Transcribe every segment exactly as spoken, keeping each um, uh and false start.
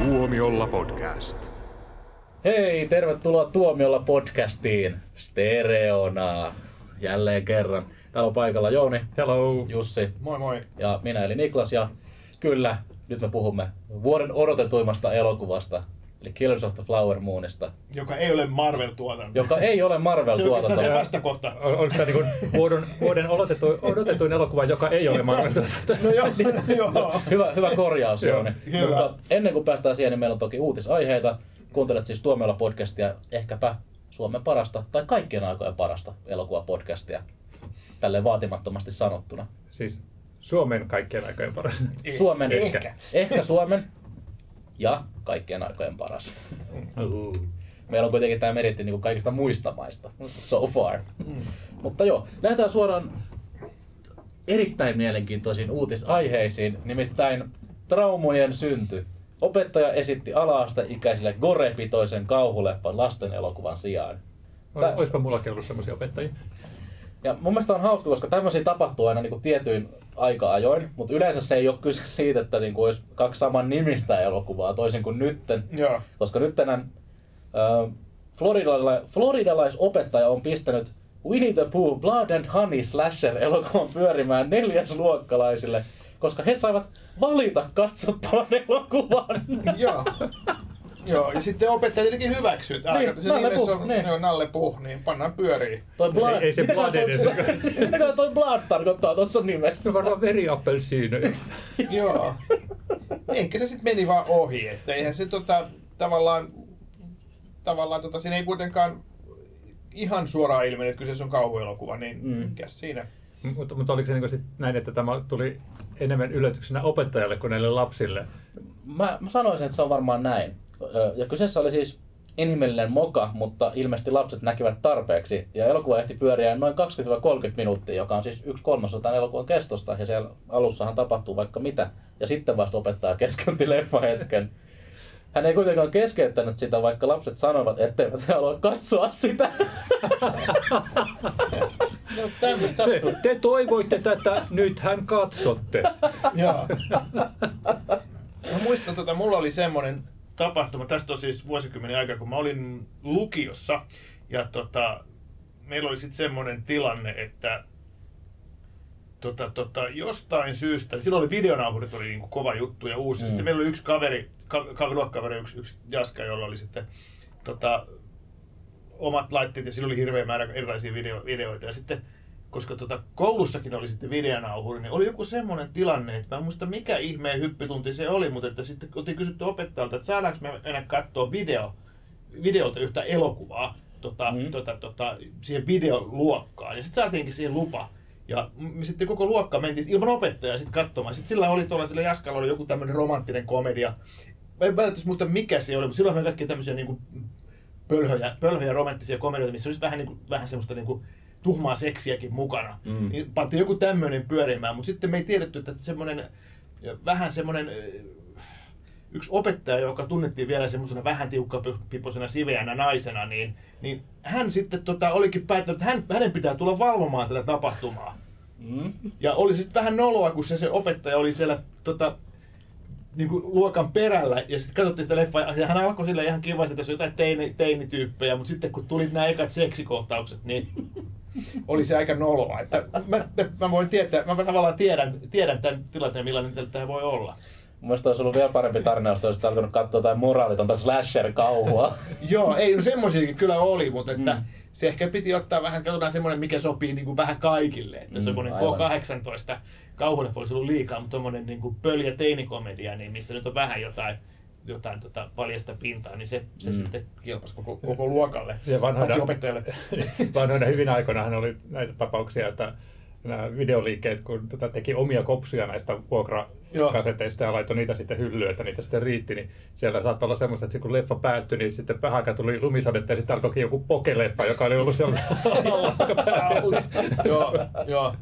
Tuomiolla podcast. Hei, tervetuloa Tuomiolla podcastiin. Stereona. Jälleen kerran. Täällä on paikalla Jouni. Hello. Jussi. Moi moi. Ja minä eli Niklas. Ja kyllä, nyt me puhumme vuoden odotetuimmasta elokuvasta. Eli Killers of the Flower Moonista. Joka ei ole Marvel-tuotanto. Joka ei ole Marvel-tuotanto. Se on oikeastaan se vastakohta. On, onko tämä niin vuoden, vuoden odotetuin, odotetuin elokuva, joka ei ole Marvel-tuotanto? No joo, joo. Hyvä, hyvä korjaus, Jouni. Hyvä. Mutta ennen kuin päästään siihen, niin meillä on toki uutisaiheita. Kuuntelet siis Tuomiolla podcastia, ehkäpä Suomen parasta tai kaikkien aikojen parasta elokuvapodcastia. Tälleen vaatimattomasti sanottuna. Siis Suomen kaikkien aikojen paras. Suomen, Ehkä. ehkä. ehkä Suomen ja kaikkien aikojen paras. Uh. Meillä on kuitenkin tämä meritti niin kuin kaikista muista maista, so far. Mm. Mutta joo, lähdetään suoraan erittäin mielenkiintoisiin uutisaiheisiin, nimittäin traumojen synty. Opettaja esitti ala-asteikäisille gore-pitoisen kauhuleffan lasten elokuvan sijaan. Tää... Oispa mullakin ollut semmoisia opettajia. Ja mun mielestä on hauska, koska tämmöisiä tapahtuu aina niin kuin tietyin aika-ajoin, mutta yleensä se ei ole kyse siitä, että niin kuin olisi kaksi saman nimistä elokuvaa, toisin kuin nytten. Joo. Koska nyttenän äh, floridalais, floridalaisopettaja on pistänyt Winnie the Pooh Blood and Honey slasher-elokuvan pyörimään neljäsluokkalaisille, koska he saivat valita katsottavan elokuvan. Joo. Joo, ja sitten opettaja tietenkin hyväksyy. Niin, Se Nalle nimessä Puh, on niin. joo, Nalle Puh, niin pannaan pyöriin. Toi blood, Ei, ei se mitäköhän blood edes. toi, mitäköhän toi blood tarkoittaa tuossa nimessä? Se on varmaan veriappelsiinoja. Joo. Ehkä se sitten meni vaan ohi, että eihän se tota, tavallaan, tavallaan tota, siinä ei kuitenkaan ihan suoraan ilmene, että kyseessä on kauhuelokuva, niin mm. mikäs siinä? Mutta, mutta oliko se niin sit näin, että tämä tuli enemmän yllätyksenä opettajalle kuin näille lapsille? Mä, mä sanoisin, että se on varmaan näin. Ja kyseessä oli siis inhimillinen moka, mutta ilmeisesti lapset näkivät tarpeeksi. Ja elokuva ehti pyöriä noin kaksikymmentä kolmekymmentä minuuttia, joka on siis yksi kolmasosa tämän elokuvan kestosta. Ja siellä alussahan tapahtuu vaikka mitä. Ja sitten vasta opettaja keskeytti leffa hetken. Hän ei kuitenkaan keskeyttänyt sitä, vaikka lapset sanoivat, etteivät he halua katsoa sitä. No tämmöistä sattuu. Te, te toivoitte tätä, nythän katsotte. Joo. Mä muistan, tota, mulla oli semmoinen tapahtuma, tästä on siis vuosikymmenen aikaa, kun mä olin lukiossa. Ja tota, meillä oli sitten semmoinen tilanne, että tota, tota, jostain syystä, silloin oli videonauhurit, oli niinku kova juttu ja uusi. Mm. Sitten meillä oli yksi kaveri, ka, luokkaveri, yksi, yksi jaska, jolla oli sitten tota, omat laitteet ja sillä oli hirveä määrä erilaisia video, videoita. Ja sitten, koska tota, koulussakin oli sitten videonauhuri, niin oli joku semmoinen tilanne, että mä en muista mikä ihmeen hyppytunti se oli, mutta että sitten oltiin kysytty opettajalta, että saadaanko me mennä katsoa video, videolta yhtä elokuvaa tota, mm. tota, tota, siihen videoluokkaan. Ja sitten saatiinkin siihen lupa. Ja me sitten koko luokka mentiin ilman opettajaa sitten katsomaan. Sitten sillä oli tuolla, sillä Jaskalla oli joku tämmöinen romanttinen komedia. Mä en välttämättä muista mikä se oli, mutta silloin oli kaikki tämmöisiä niin kuin pölhöjä, pölhöjä romanttisia komedioita, missä olisi vähän, niin kuin, vähän semmoista niin kuin tuhmaa seksiäkin mukana. Mm. Niin pantiin joku tämmöinen pyörimään, mutta sitten me ei tiedetty, että semmoinen vähän semmoinen yksi opettaja, joka tunnettiin vielä semmoisena vähän tiukkapipoisena siveänä naisena, niin, niin hän sitten tota, olikin päättänyt, että hän, hänen pitää tulla valvomaan tätä tapahtumaa. Mm. Ja oli sitten vähän noloa, kun se, se opettaja oli siellä tota, niin kuin luokan perällä ja sitten katsottiin sitä leffaa ja hän alkoi sille ihan kivasti, että tässä on jotain teini, teinityyppejä, mutta sitten kun tuli nämä ekat seksikohtaukset, niin oli se aika noloa. Että mä, mä voin tietää, mä tavallaan tiedän, tiedän tämän tilanteen, millainen tämä voi olla. Mun mielestä olisi ollut vielä parempi tarina, jos olisit alkanut katsoa jotain moraalitonta slasher-kauhua. Joo, ei, no semmoisiakin kyllä oli, mutta että mm. se ehkä piti ottaa vähän, katsotaan semmoinen, mikä sopii niin kuin vähän kaikille. Että mm, semmoinen K kahdeksantoista kauhuleffa olisi ollut liikaa, mutta tommoinen niin kuin pöljä teinikomedia, niin missä nyt on vähän jotain, jotain tota paljasta pintaa, niin se, se mm. sitten kilpasi koko, koko luokalle, paitsi opettajalle. Vanhoina hyvinä aikoinahan oli näitä tapauksia, että nämä videoliikkeet, kun tota teki omia kopsuja näistä vuokrakaseteista ja laittoi niitä sitten hyllyyn, että niitä sitten riitti, niin siellä saattoi olla semmoista, että kun leffa päättyi, niin sitten vähän aikaa tuli lumisadetta ja sitten alkoikin joku pokeleffa, joka oli ollut siellä alla päällä. Joo, joo.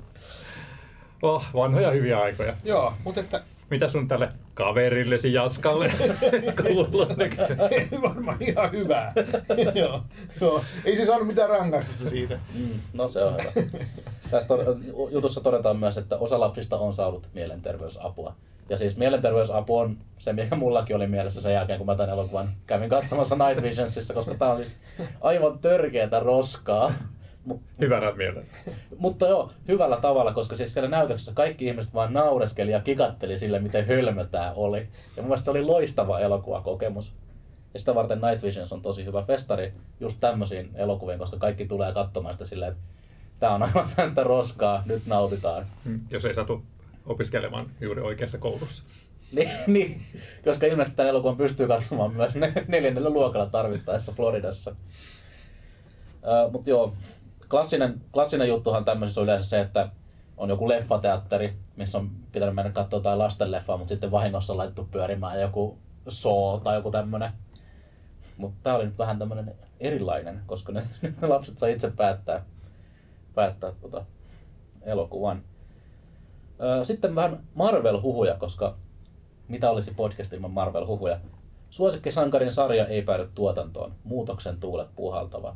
Oh, vanhoja hyviä aikoja. Joo, mutta että mitä sun tälle kaverillesi Jaskalle kuuluu? Ei varmaan ihan hyvää. joo, joo. Ei se saanut mitään rangaistusta siitä. Mm, no se on hyvä. Tässä jutussa todetaan myös, että osa lapsista on saanut mielenterveysapua. Ja siis mielenterveysapu on se, mikä mullakin oli mielessä sen jälkeen, kun mä tämän elokuvan kävin katsomassa Night Visionsissa, koska tää on siis aivan törkeätä roskaa. Mut, Hyvänä mielellä. Mutta joo, hyvällä tavalla, koska siis siellä näytöksessä kaikki ihmiset vaan naureskeli ja kikatteli sille, miten hölmö tää oli. Ja mun mielestä se oli loistava elokuvakokemus. Ja sitä varten Night Visions on tosi hyvä festari just tämmöisiin elokuviin, koska kaikki tulee katsomaan sitä silleen, että tää on aivan tätä roskaa, nyt nautitaan. Hmm, jos ei satu opiskelemaan juuri oikeassa koulussa. Niin, niin, koska ilmeisesti tämän elokuvan pystyy katsomaan myös neljännellä luokalla tarvittaessa Floridassa. Uh, Mutta joo, klassinen, klassinen juttuhan tämmöisessä on yleensä se, että on joku leffateatteri, missä on pitänyt mennä katsoa jotain lastenleffaa, mutta sitten vahingossa on laitettu pyörimään joku Saw tai joku tämmönen. Mutta tää oli nyt vähän tämmönen erilainen, koska ne, ne lapset saa itse päättää, päättää tota elokuvan. Uh, sitten vähän Marvel-huhuja, koska mitä olisi podcast ilman Marvel-huhuja? Suosikkisankarin sarja ei päädy tuotantoon. Muutoksen tuulet puhaltavat.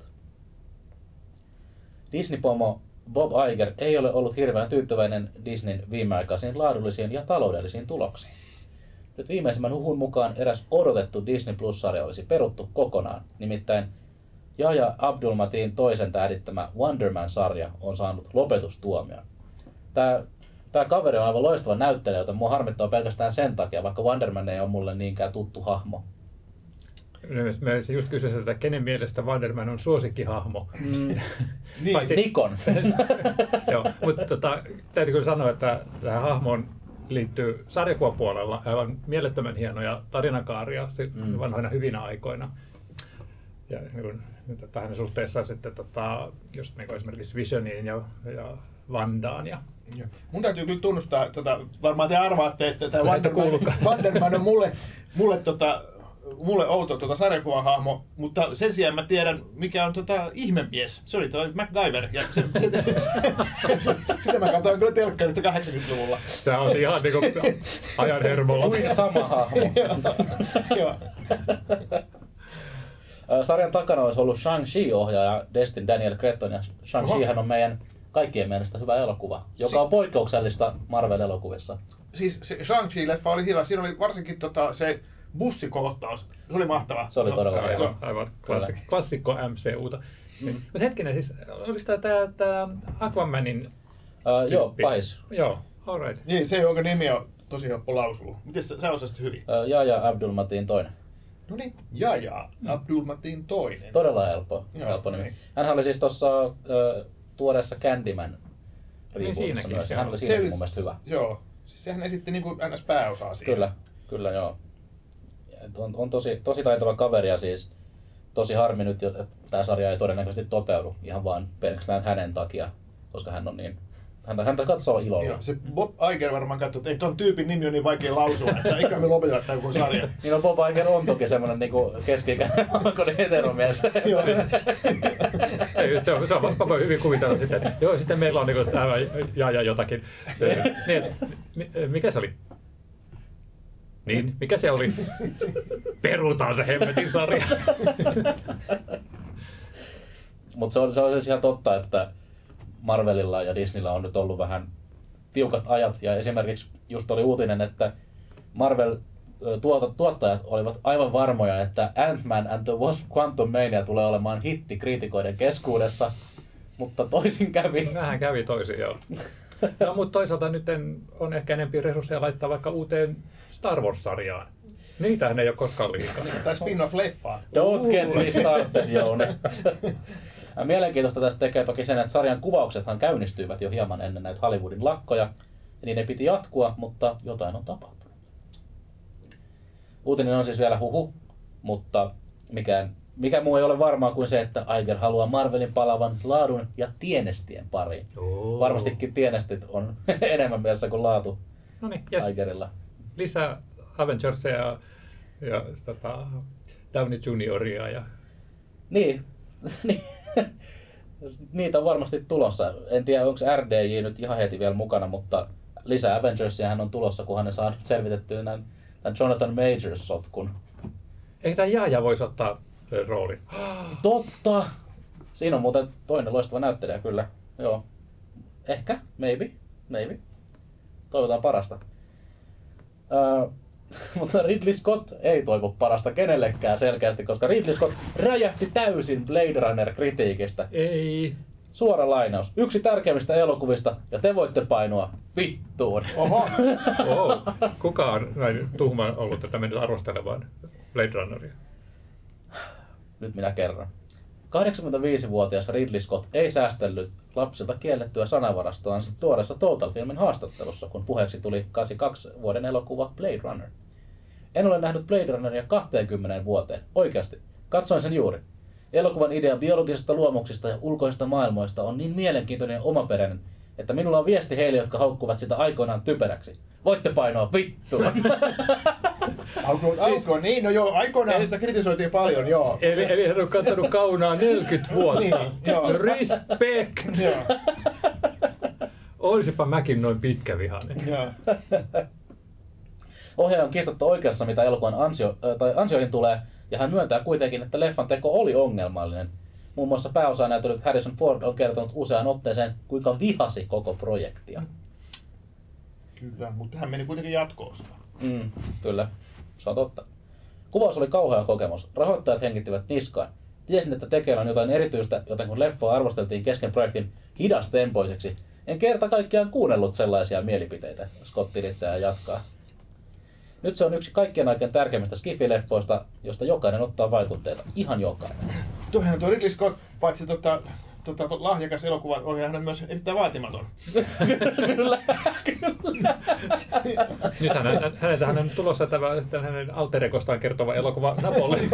Disney-pomo Bob Iger ei ole ollut hirveän tyytyväinen Disneyn viimeaikaisiin laadullisiin ja taloudellisiin tuloksiin. Nyt viimeisimmän huhun mukaan eräs odotettu Disney Plus-sarja olisi peruttu kokonaan. Nimittäin Yahya Abdul-Mateen toisen tähdittämä Wonder Man-sarja on saanut lopetustuomion. Tää Tämä kaveri on aivan loistava näyttelijä, joten mua harmittaa pelkästään sen takia, vaikka Wonder Man ei ole mulle niinkään tuttu hahmo. Mä just kysyin, että kenen mielestä Wonder Man on suosikkihahmo. Mm. niin, Paitsi... Nikon. Joo, mutta tota, täytyy kyllä sanoa, että tähän hahmoon liittyy sarjakuvapuolella aivan mielettömän hienoja tarinakaaria mm. vanhoina hyvinä aikoina. Ja niin hänen suhteessaan sitten tota, just niin esimerkiksi Visioniin ja, ja Wandaan. Ja Joo. Mun täytyy kyllä tunnustaa, tota, varmaan te arvaatte, että tämä Wonder Man, Wonder Man on mulle, mulle, tota, mulle outo tota, sarjakuvahahmo, mutta sen sijaan mä tiedän, mikä on tota, ihmemies. Se oli toi MacGyver. Ja se, se, se, se, sitä mä katsoin kyllä telkkarista kahdeksankymmentäluvulla. Se on ihan niinku ajan hermolla. Kuin sama hahmo. Joo. Sarjan takana olisi ollut Shang-Chi-ohjaaja Destin Daniel Cretton, ja Shang-Chihän on meidän kaikkien mielestä hyvä elokuva, joka on poikkeuksellista Marvel-elokuvissa. Siis se Shang-Chi-leffa oli hyvä. Siinä oli varsinkin tota, se bussikohtaus. Se oli mahtava. Se oli no, todella aivan, aivan, aivan klassik, klassikko M C U:ta. Mm. Mutta hetkinen, siis oliko tämä tämä Aquamanin uh, Joo, pahis. Joo, all right. Niin, se jonka nimi on tosi helppo lausua. Miten sä, sä osasit hyvin? Uh, Yahya Abdul-Mateen toinen. No niin, Yahya Abdul-Mateen toinen. Todella helppo, Joo, helppo nimi. Niin. Hänhän oli siis tuossa uh, tuoreessa Candyman rebootissa myös. Hän oli siinäkin mun mielestä hyvä. Joo, siis sehän esitti niin kuin N S-pääosaa siinä. Kyllä, kyllä joo. On, on tosi, tosi taitava kaveri ja siis tosi harmi nyt, että tämä sarja ei todennäköisesti toteudu ihan vaan pelkästään hänen takia, koska hän on niin, häntä, häntä katsoo ilolla. Joo, se Bob Iger varmaan katsoi, että ei ton tyypin nimi on niin vaikea lausua, että eikä me lopetella tämän koko sarja. Niin no Bob Iger on toki semmoinen niinku keski-ikäinen valkoinen heteromies. Joo. Se on vasta hyvin kuvitella sitten, että joo, sitten meillä on niinku tämä Yahya jotakin. Niin, mikä se oli? Niin, mikä se oli? Perutaan se hemmetin sarja. Mutta se on, se on siis ihan totta, että Marvelilla ja Disneyllä on nyt ollut vähän tiukat ajat. Ja esimerkiksi just oli uutinen, että Marvel tuottajat olivat aivan varmoja, että Ant-Man and the Wasp Quantumania tulee olemaan hitti kriitikoiden keskuudessa. Mutta toisin kävi. Nähän kävi toisin, joo. No, mutta toisaalta nyt on ehkä enemmän resursseja laittaa vaikka uuteen Star Wars-sarjaan. Niitähän ei ole koskaan liikaa. Tai spin-off-leffaa. Don't get me started, Jouni. Mielenkiintoista tästä tekee toki sen, että sarjan kuvauksethan käynnistyivät jo hieman ennen näitä Hollywoodin lakkoja. Ja niiden piti jatkua, mutta jotain on tapahtunut. Uutinen on siis vielä huhu, mutta mikään, mikä muu ei ole varmaa kuin se, että Iger haluaa Marvelin palavan laadun ja tienestien pariin. Oh. Varmastikin tienestit on enemmän mielessä kuin laatu Noniin, yes. Igerilla. Lisää Avengersia ja, ja tota, Downey junioria. Ja... Niin. Niitä on varmasti tulossa. En tiedä, onko R D J nyt ihan heti vielä mukana, mutta lisää Avengersia hän on tulossa, kunhan ne saa selvitettyä tämän, tämän Jonathan Majors-sotkun. Eikö tämä Yahya voisi ottaa rooli? Totta! Siinä on muuten toinen loistava näyttelijä kyllä. Joo. Ehkä, maybe, maybe. Toivotaan parasta. Uh, mutta Ridley Scott ei toivo parasta kenellekään selkeästi, koska Ridley Scott räjähti täysin Blade Runner-kritiikistä. Ei. Suora lainaus. Yksi tärkeimmistä elokuvista, ja te voitte painua vittuun. Oho. Oh. Kuka on näin tuhma ollut tätä mennyt arvostelemaan Blade Runneria? Nyt minä kerron. kahdeksankymmentäviisivuotias Ridley Scott ei säästellyt lapsilta kiellettyä sanavarastoansa tuoreessa Total Filmin haastattelussa, kun puheeksi tuli kahdeksankymmentäkaksi vuoden elokuva Blade Runner. En ole nähnyt Blade Runneria kaksikymmentä vuoteen. Oikeasti. Katsoin sen juuri. Elokuvan idea biologisista luomuksista ja ulkoisista maailmoista on niin mielenkiintoinen ja omaperäinen, että minulla on viesti heille, jotka haukkuvat sitä aikoinaan typeräksi. Voitte painoa vittuun. Alko, alko, niin, no joo, aikoinaan sitä kritisoitiin paljon, joo. Eli, eli hän on kantanut kaunaa neljäkymmentä vuotta. Niin, joo. Respect! Joo. Olisipa mäkin noin pitkävihainen. Joo. Ohjaaja on kiistattu oikeassa, mitä elokuvan ansio, tai ansioihin tulee, ja hän myöntää kuitenkin, että leffan teko oli ongelmallinen. Muun muassa pääosaa näytellyt Harrison Ford on kertonut useaan otteeseen, kuinka vihasi koko projektia. Kyllä, mutta hän meni kuitenkin jatkoon. Mm, kyllä, se on totta. Kuvaus oli kauhea kokemus. Rahoittajat henkittivät niskaan. Tiesin, että tekeillä on jotain erityistä, joten kun leffoa arvosteltiin kesken projektin hidastempoiseksi, en kerta kaikkiaan kuunnellut sellaisia mielipiteitä, Scott yrittää ja jatkaa. Nyt se on yksi kaikkien aikojen tärkeimmistä Skifi-leffoista, josta jokainen ottaa vaikutteita. Ihan jokainen. Tuohan tuo Ridley Scott, paitsi tota, tota, to, lahjakas elokuvan ohjaaja, hän on myös erittäin vaatimaton. Kyllä, kyllä. Nyt hänen, häneltähän on tulossa tämä hänen alter egostaan kertova elokuva Napoli.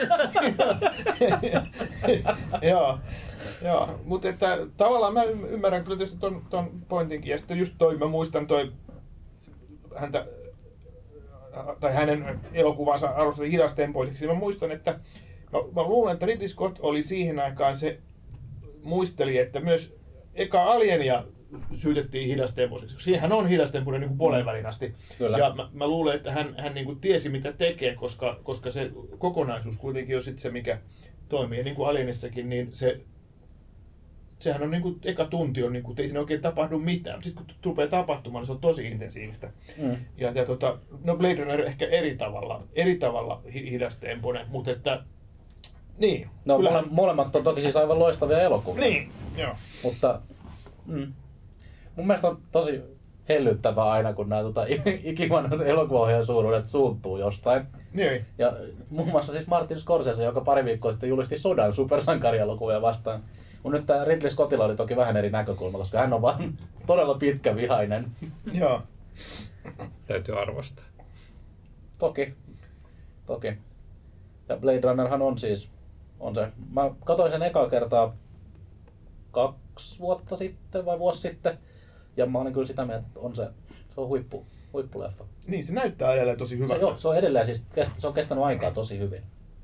Joo, joo. Mutta että tavallaan mä ymmärrän kyllä tietysti ton, ton pointinkin. Ja sitten just toi, mä muistan toi häntä, tai hänen elokuvansa arvosteltiin hidastempoiseksi. Mä muistan, että mä, mä luulen, että Ridley Scott oli siihen aikaan se muisteli, että myös eka Alienia syytettiin hidastempoiseksi. Siihen on hidastempoinen niin kuin puoleen väliin asti. Kyllä. Ja mä, mä luulen, että hän, hän niin kuin tiesi mitä tekee, koska, koska se kokonaisuus kuitenkin on sit se, mikä toimii. Ja niin kuin Alienissakin, niin se, sehän on niin kuin, eka tunti on, niin kuin, ei siinä oikein tapahdu mitään. Sitten kun rupeaa tapahtumaan, niin se on tosi intensiivistä. Mm. Ja, ja tota, no Blade Runner ehkä eri tavalla, eri tavalla hidastempoinen, mutta että niin. No kyllähän... mole, molemmat on toki siis aivan loistavia elokuvia. Niin, joo. Mutta mm, mun mielestä on tosi hellyttävää aina, kun nämä tota, ikivanhat elokuvaohjaajan suuruudet suuttuu jostain. Niin. Ja muun muassa siis Martin Scorsese, joka pari viikkoa sitten julisti sodan supersankarielokuvia vastaan. Mutta nyt tämä Ridley Scottilla oli toki vähän eri näkökulma, koska hän on vaan todella pitkävihainen. Joo. Täytyy arvostaa. Toki. Toki. Ja Blade Runnerhan on siis, on se, mä katsoin sen ekaa kertaa kaksi vuotta sitten vai vuosi sitten. Ja mä olin kyllä sitä mieltä, että on se, se on huippu, huippuleffa. Niin, se näyttää edelleen tosi hyvältä. Se, joo, se on edelleen siis, se on kestänyt aikaa tosi hyvin.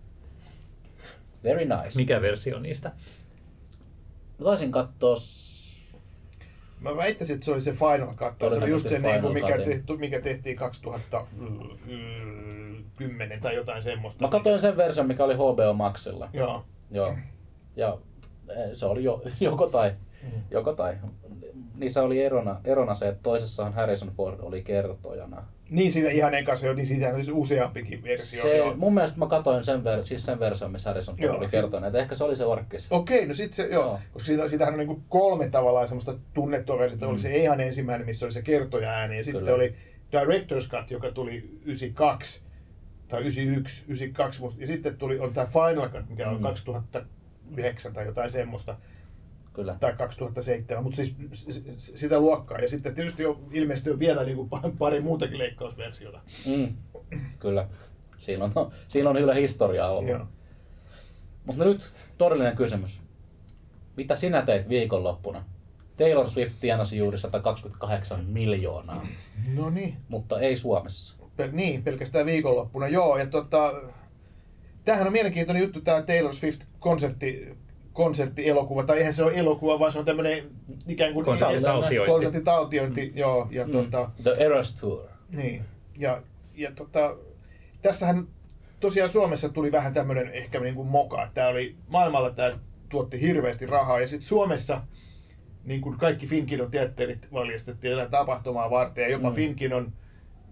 Very nice. Mikä versio niistä? Mä taisin katsoa... Mä väittäisin, että se oli se Final Cut. Se oli just se, niin mikä, tehty, mikä tehtiin kaksituhattakymmenen tai jotain semmoista. Mä katsoin sen version, mikä oli H B O Maxilla. Joo. Joo. Ja se oli jo, joko tai. Mm. Joko tai. Niissä oli erona, erona se, että toisessahan Harrison Ford oli kertojana. Niin, siinä ihan ekassa, niin siitä on useampikin versio. Se, mun mielestä mä katsoin sen, ver, siis sen version, missä Harrison Ford joo, oli kertojana, että ehkä se oli se orkkis. Okei, no sit se, joo, joo. Koska siitä, siitähän on niinku kolme tavallaan semmoista tunnettua versiota. Mm. Oli se ihan ensimmäinen, missä oli se kertoja-ääni, ja sitten Kyllä. oli Director's Cut, joka tuli yhdeksänkymmentäkaksi, tai yhdeksänkymmentäyksi, yhdeksänkymmentäkaksi, musta. Ja sitten tuli, on tää Final Cut, mikä on mm. kaksituhattayhdeksän tai jotain semmoista. Kyllä. Tai kaksituhattaseitsemän, mutta siis sitä luokkaa. Ja sitten tietysti on, ilmeisesti on vielä niin kuin pari muutakin leikkausversiota. Mm. Kyllä. Siinä on, no, siinä on kyllä historiaa ollut. Mutta nyt todellinen kysymys. Mitä sinä teit viikonloppuna? Taylor Swift tienasi juuri sata kaksikymmentäkahdeksan miljoonaa. No niin. Mutta ei Suomessa. Pel- niin, pelkästään viikonloppuna. Joo, ja tota... Tämähän on mielenkiintoinen juttu, tämä Taylor Swift-konsertti. konserttielokuva, tai eihän se ole elokuva, vaan se on tämmöinen ikään kuin konserttitaltiointi. konserttitaltiointi, mm. joo. Ja, mm. tota, The Eras Tour. Niin, ja, ja tota, tässähän tosiaan Suomessa tuli vähän tämmöinen ehkä niin kuin moka, että oli, maailmalla tämä tuotti hirveästi rahaa, ja sitten Suomessa niin kuin kaikki Finkinon teatterit valjastettiin tätä tapahtumaa varten, ja jopa mm. Finkinon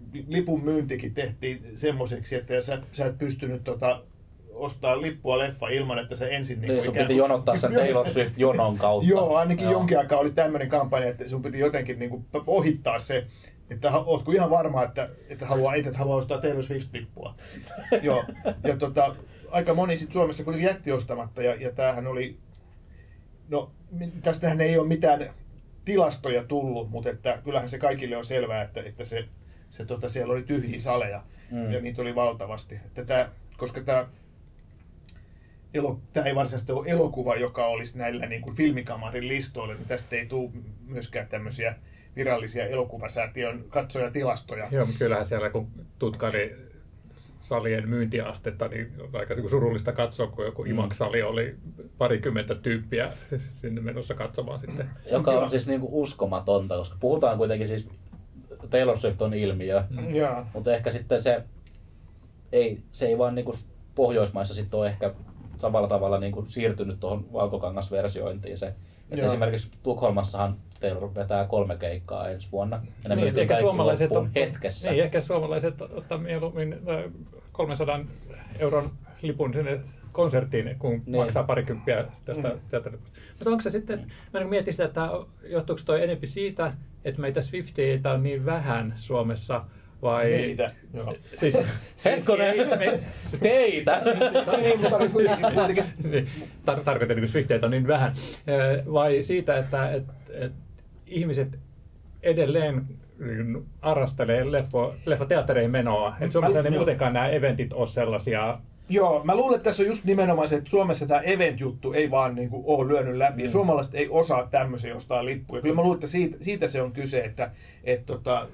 lipun myyntikin tehtiin semmoiseksi, että sä, sä et pystynyt tota, ostaa lippua leffa ilman, että se ensin... Niin, niin sun piti jonottaa sen Taylor Swift-jonon kautta. Joo, ainakin Joo. jonkin aikaa oli tämmöinen kampanja, että sun piti jotenkin niin kuin ohittaa se, että ootko ihan varma, että, että haluaa, et, että haluaa ostaa Taylor Swift-lippua. Joo, ja tota, aika moni sit Suomessa kuitenkin jätti ostamatta, ja, ja tämähän oli... No, tästähän ei ole mitään tilastoja tullut, mutta että kyllähän se kaikille on selvää, että, että se, se, tota, siellä oli tyhjiä saleja, mm. ja niitä oli valtavasti. Että tää, koska tämä elo, tää ei varsinaisesti ole elokuva, joka olisi näillä niin kuin filmikamarin listoilla, niin tästä ei tule myöskään tämmöisiä virallisia elokuvasäätiön katsojatilastoja. Joo, mutta kyllähän siellä kun tutkari salien myyntiastetta, niin on aika surullista katsoa, kun joku IMAX-sali oli parikymmentä tyyppiä sinne menossa katsomaan sitten. Joka on siis niinku uskomatonta, koska puhutaan kuitenkin siis, Taylor Swift on ilmiö, mm. mutta ehkä sitten se ei, se ei vaan niinku Pohjoismaissa sitten ole ehkä samalla tavalla niinku siirtynyt tuohon valkokangasversiointiin se. Että esimerkiksi Tukholmassahan Taylor vetää kolme keikkaa ensi vuonna. Ja ne niin, ehkä suomalaiset on hetkessä. Niin, ehkä suomalaiset ottaa mieluummin kolmensadan euron lipun sinne konserttiin, kun niin. maksaa parikymppiä tästä mm. teatteripusta. Mutta onko se sitten, mm. mä mietin sitä, että johtuuko toi enemmän siitä, että meitä Swifteitä on niin vähän Suomessa, vai... Meitä, joo. Siis, hetkonen, teitä! Ei, mutta kuitenkin... Tar- tarkoitan, että Swifteitä on niin vähän. Vai siitä, että et, et ihmiset edelleen arvostelee leffo, leffateattereihin menoa. Et Suomessa ei muutenkaan nämä eventit ole sellaisia... Joo, mä luulen, että tässä on just nimenomaan se, että Suomessa tämä event-juttu ei vaan niin kuin ole lyönyt läpi. Mm. Ja suomalaiset ei osaa tämmöisiä ostaa lippuja. Kyllä mä luulen, että siitä, siitä se on kyse, että... Et, tota,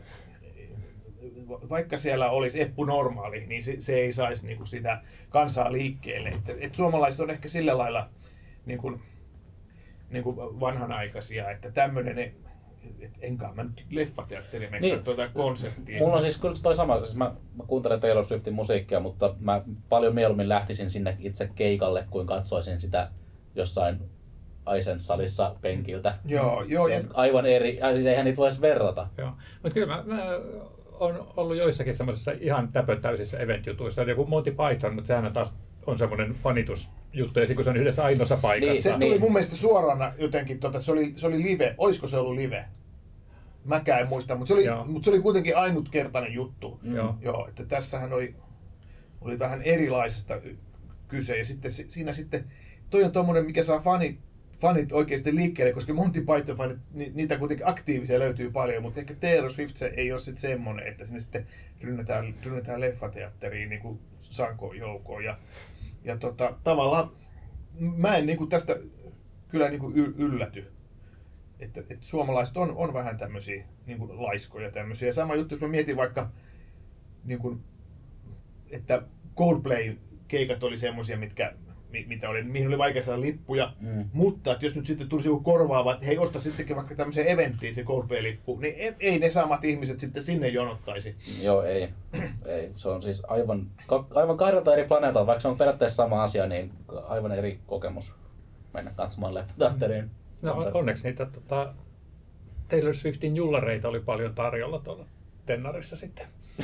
vaikka siellä olisi Eppu Normaali, niin se, se ei saisi niinku sitä kansaa liikkeelle. Et, et suomalaiset on ehkä sillä lailla niinku, niinku vanhanaikaisia, että tämmöinen, et, et enkaan mä nyt leffateatteriin mennä niin, tuota konserttiin. Mulla on siis kyllä toi sama, siis mä, mä kuuntelen Taylor Swiftin musiikkia, mutta mä paljon mieluummin lähtisin sinne itse keikalle, kuin katsoisin sitä jossain Aisens-salissa penkiltä. Joo, joo. Se on aivan eri, siis eihän niitä voisi verrata. Joo, mutta kyllä mä, mä on ollut joissakin semmoisissa ihan täpötäysissä event-jutuissa. Joku Monty Python, mutta sehän on taas on semmoinen fanitusjuttu, ja kun se on yhdessä ainoassa paikassa. Se tuli niin. mun mielestä suorana jotenkin, tota, se, oli, se oli live. Olisiko se ollut live? Mäkään en muista, mutta se oli, mutta se oli kuitenkin ainutkertainen juttu. Mm. Joo, että tässähän oli, oli vähän erilaisesta kyse. Ja sitten siinä sitten, toi on tommonen, mikä saa fanit, fanit oikeasti liikkeelle, koska Monty Python-fanit, niitä kuitenkin aktiivisia löytyy paljon, mutta ehkä Taylor Swift se ei ole sitten semmoinen, että sinne sitten rynnätään, rynnätään leffateatteriin niin kuin sankoon joukkoon. Ja, ja tota, tavallaan mä en niin kuin tästä kyllä niin kuin ylläty, että, että suomalaiset on, on vähän tämmöisiä niin kuin laiskoja tämmöisiä. Sama juttu, jos mä mietin vaikka, niin kuin, että Coldplay-keikat oli semmoisia, mitkä mitä oli, mihin oli vaikea saada lippuja, mm. mutta että jos nyt sitten tulisi joku korvaava, että hei, osta sittenkin vaikka tämmöiseen eventtiin se Coldplay-lippu, niin ei, ei ne samat ihmiset sitten sinne jonottaisi. Joo, ei. ei. Se on siis aivan, aivan kahdelta eri planeetalta, vaikka se on periaatteessa sama asia, niin aivan eri kokemus mennä katsomaan leffateatteriin. No onneksi niitä tota, Taylor Swiftin jullareita oli paljon tarjolla tuolla Tennarissa sitten.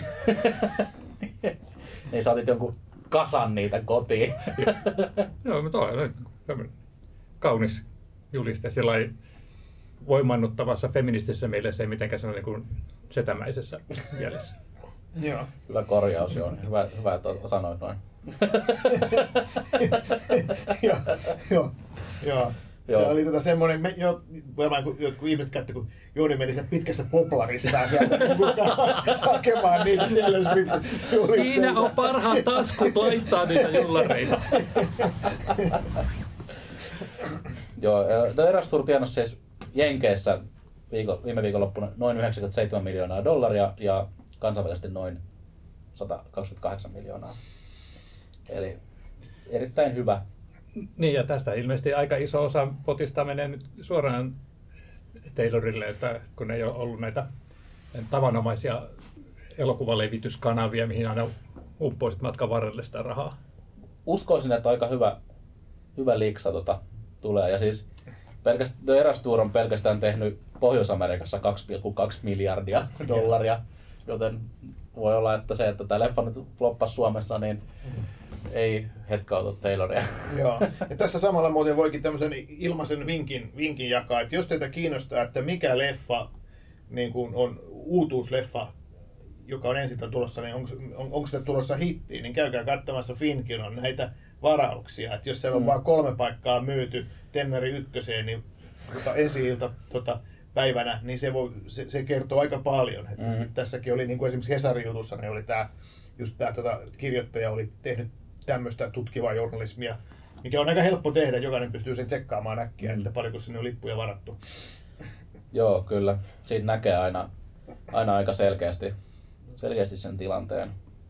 Niin saatit jonkun kasan niitä kotiin. Joo, mutta on kaunis juliste. Sellainen voimannuttavassa feministisessä mielessä, ei mitenkään sellainen kuin setämäisessä mielessä. Joo. Hyvä korjaus, joo. Hyvä, hyvä että sanoit noin. Joo, joo, joo. Se oli tota semmoinen, me, jo, varmaan kun jotkut ihmiset katsoi, kun Jouni meni sen pitkässä poplarissaan sieltä hakemaan niitä Taylor Swiftin julisteita. Siinä on parhaat taskut laittaa niitä jullareita. Joo, The Eras Tour tienasi siis Jenkeissä viiko, viime viikonloppuna noin yhdeksänkymmentäseitsemän miljoonaa dollaria ja kansainvälisesti noin sata kaksikymmentäkahdeksan miljoonaa. Eli erittäin hyvä. Niin, ja tästä ilmeisesti aika iso osa potista menee nyt suoraan Taylorille, että kun ei ole ollut näitä tavanomaisia elokuvalevityskanavia, mihin aina uppoisit matkan varrelle sitä rahaa. Uskoisin, että aika hyvä, hyvä liksa tota, tulee. Ja siis pelkästään, The Eras Tour on pelkästään tehnyt Pohjois-Amerikassa kaksi pilkku kaksi miljardia dollaria. joten voi olla, että se, että tämä leffa nyt floppasi Suomessa, niin ei hetkautu Tayloria. Joo. Ja tässä samalla muuten voikin tämmöisen ilmaisen vinkin, vinkin jakaa, että jos teitä kiinnostaa, että mikä leffa niin kuin on uutuusleffa, joka on ensin tulossa, niin onko, on, onko sitä tulossa hittiin, niin käykää katsomassa Finkin on näitä varauksia. Että jos siellä on mm. vain kolme paikkaa myyty Tenneri ykköseen, niin tota, ensi-ilta tota, päivänä, niin se, voi, se, se kertoo aika paljon. Että mm. tässäkin oli, niin kuin esimerkiksi Hesarin jutussa, niin oli tämä, just tämä tota, kirjoittaja oli tehnyt tämmöistä tutkivaa journalismia, mikä on aika helppo tehdä, jokainen pystyy sen tsekkaamaan äkkiä, mm. että paljonko sinne on lippuja varattu. Joo, kyllä. Siitä näkee aina, aina aika selkeästi, selkeästi sen tilanteen.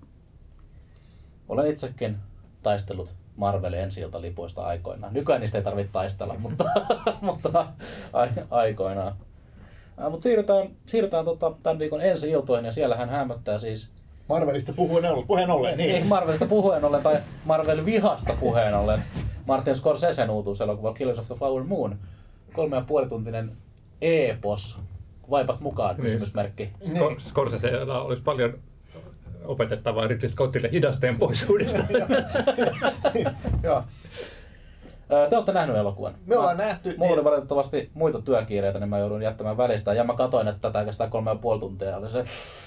Olen itsekin taistellut Marvelin ensi-iltalipuista aikoinaan. Nykyään niistä ei tarvitse taistella, mutta, mutta aikoinaan. Äh, mutta siirrytään, siirrytään tota, tämän viikon ensi-iltoihin ja siellähän hämöttää siis... Marvelista puheen ollen, puheen ollen niin. Ei Marvelista puheen ollen tai Marvel vihasta puheen ollen. Martin Scorsesen uutuuselokuva Killers of the Flower Moon. Kolme ja puolituntinen epos. Vaipat mukaan, kysymysmerkki. Niin. Scorsesella olisi paljon opetettavaa Ridley Scottille hidastempoisuudesta. Joo. Te olette nähnyt elokuvan. Me ollaan nähty. Mulla oli valitettavasti muita työkiireitä, niin mä joudun jättämään välistä. Ja mä katsoin, että tätä oikeastaan kolme ja puoli tuntia oli se...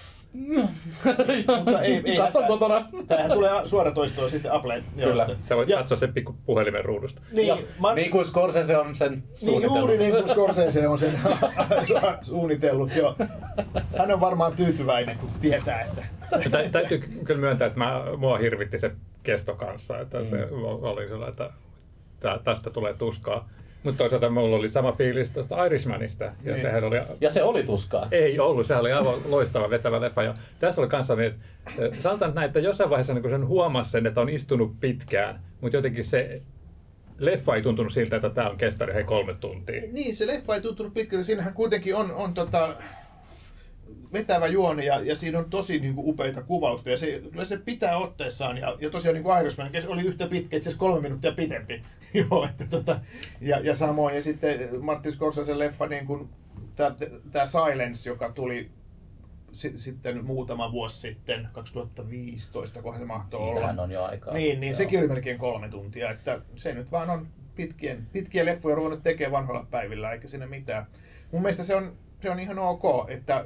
Mutta ei, ei katso kotona. Tämähän tulee suoratoistoa sitten Appleen. Kyllä. Sä voit ja, katsoa sen pikku puhelimen ruudusta. Niin, ma- niin kuin Scorsese on sen suunnitellut. Niin, juuri niin kuin Scorsese on sen suunnitellut. Jo. Hän on varmaan tyytyväinen, kun tietää, että... Tä, täytyy kyllä myöntää, että mä, mua hirvitti se kesto kanssa. Että mm. se oli sellainen, että tästä tulee tuskaa. Mutta toisaalta mulla oli sama fiilis tuosta Irishmanista. Ja, niin. sehän oli, ja se oli tuskaa. Ei ollut, sehän oli aivan loistava vetävä leffa. Ja tässä oli kanssa niin, että sanotaan näin, että jossain vaiheessa niin sen huomasi sen, että on istunut pitkään, mutta jotenkin se leffa ei tuntunut siltä, että tämä on kestänyt hei kolme tuntia. Niin, se leffa ei tuntunut pitkältä. Siinähän kuitenkin on, on tota, vetävä juoni ja, ja siinä on tosi niin kuin, upeita kuvausta. Ja se, kyllä se pitää otteessaan. Ja, ja tosiaan niin kuin Irishman oli yhtä pitkä, itse asiassa kolme minuuttia pitempi. Joo, että, tota, ja, ja samoin. Ja sitten Martin Scorsesen leffa, niin kuin, tämä Silence, joka tuli si, sitten muutama vuosi sitten, kaksituhattaviisitoista, kohan se mahtoi olla. Siinähän on jo aikaa. Niin, niin Joo. sekin oli melkein kolme tuntia. Että se nyt vaan on pitkien, pitkien leffoja ruvennut tekemään vanhoilla päivillä, eikä siinä mitään. Mun mielestä se on, se on ihan ok, että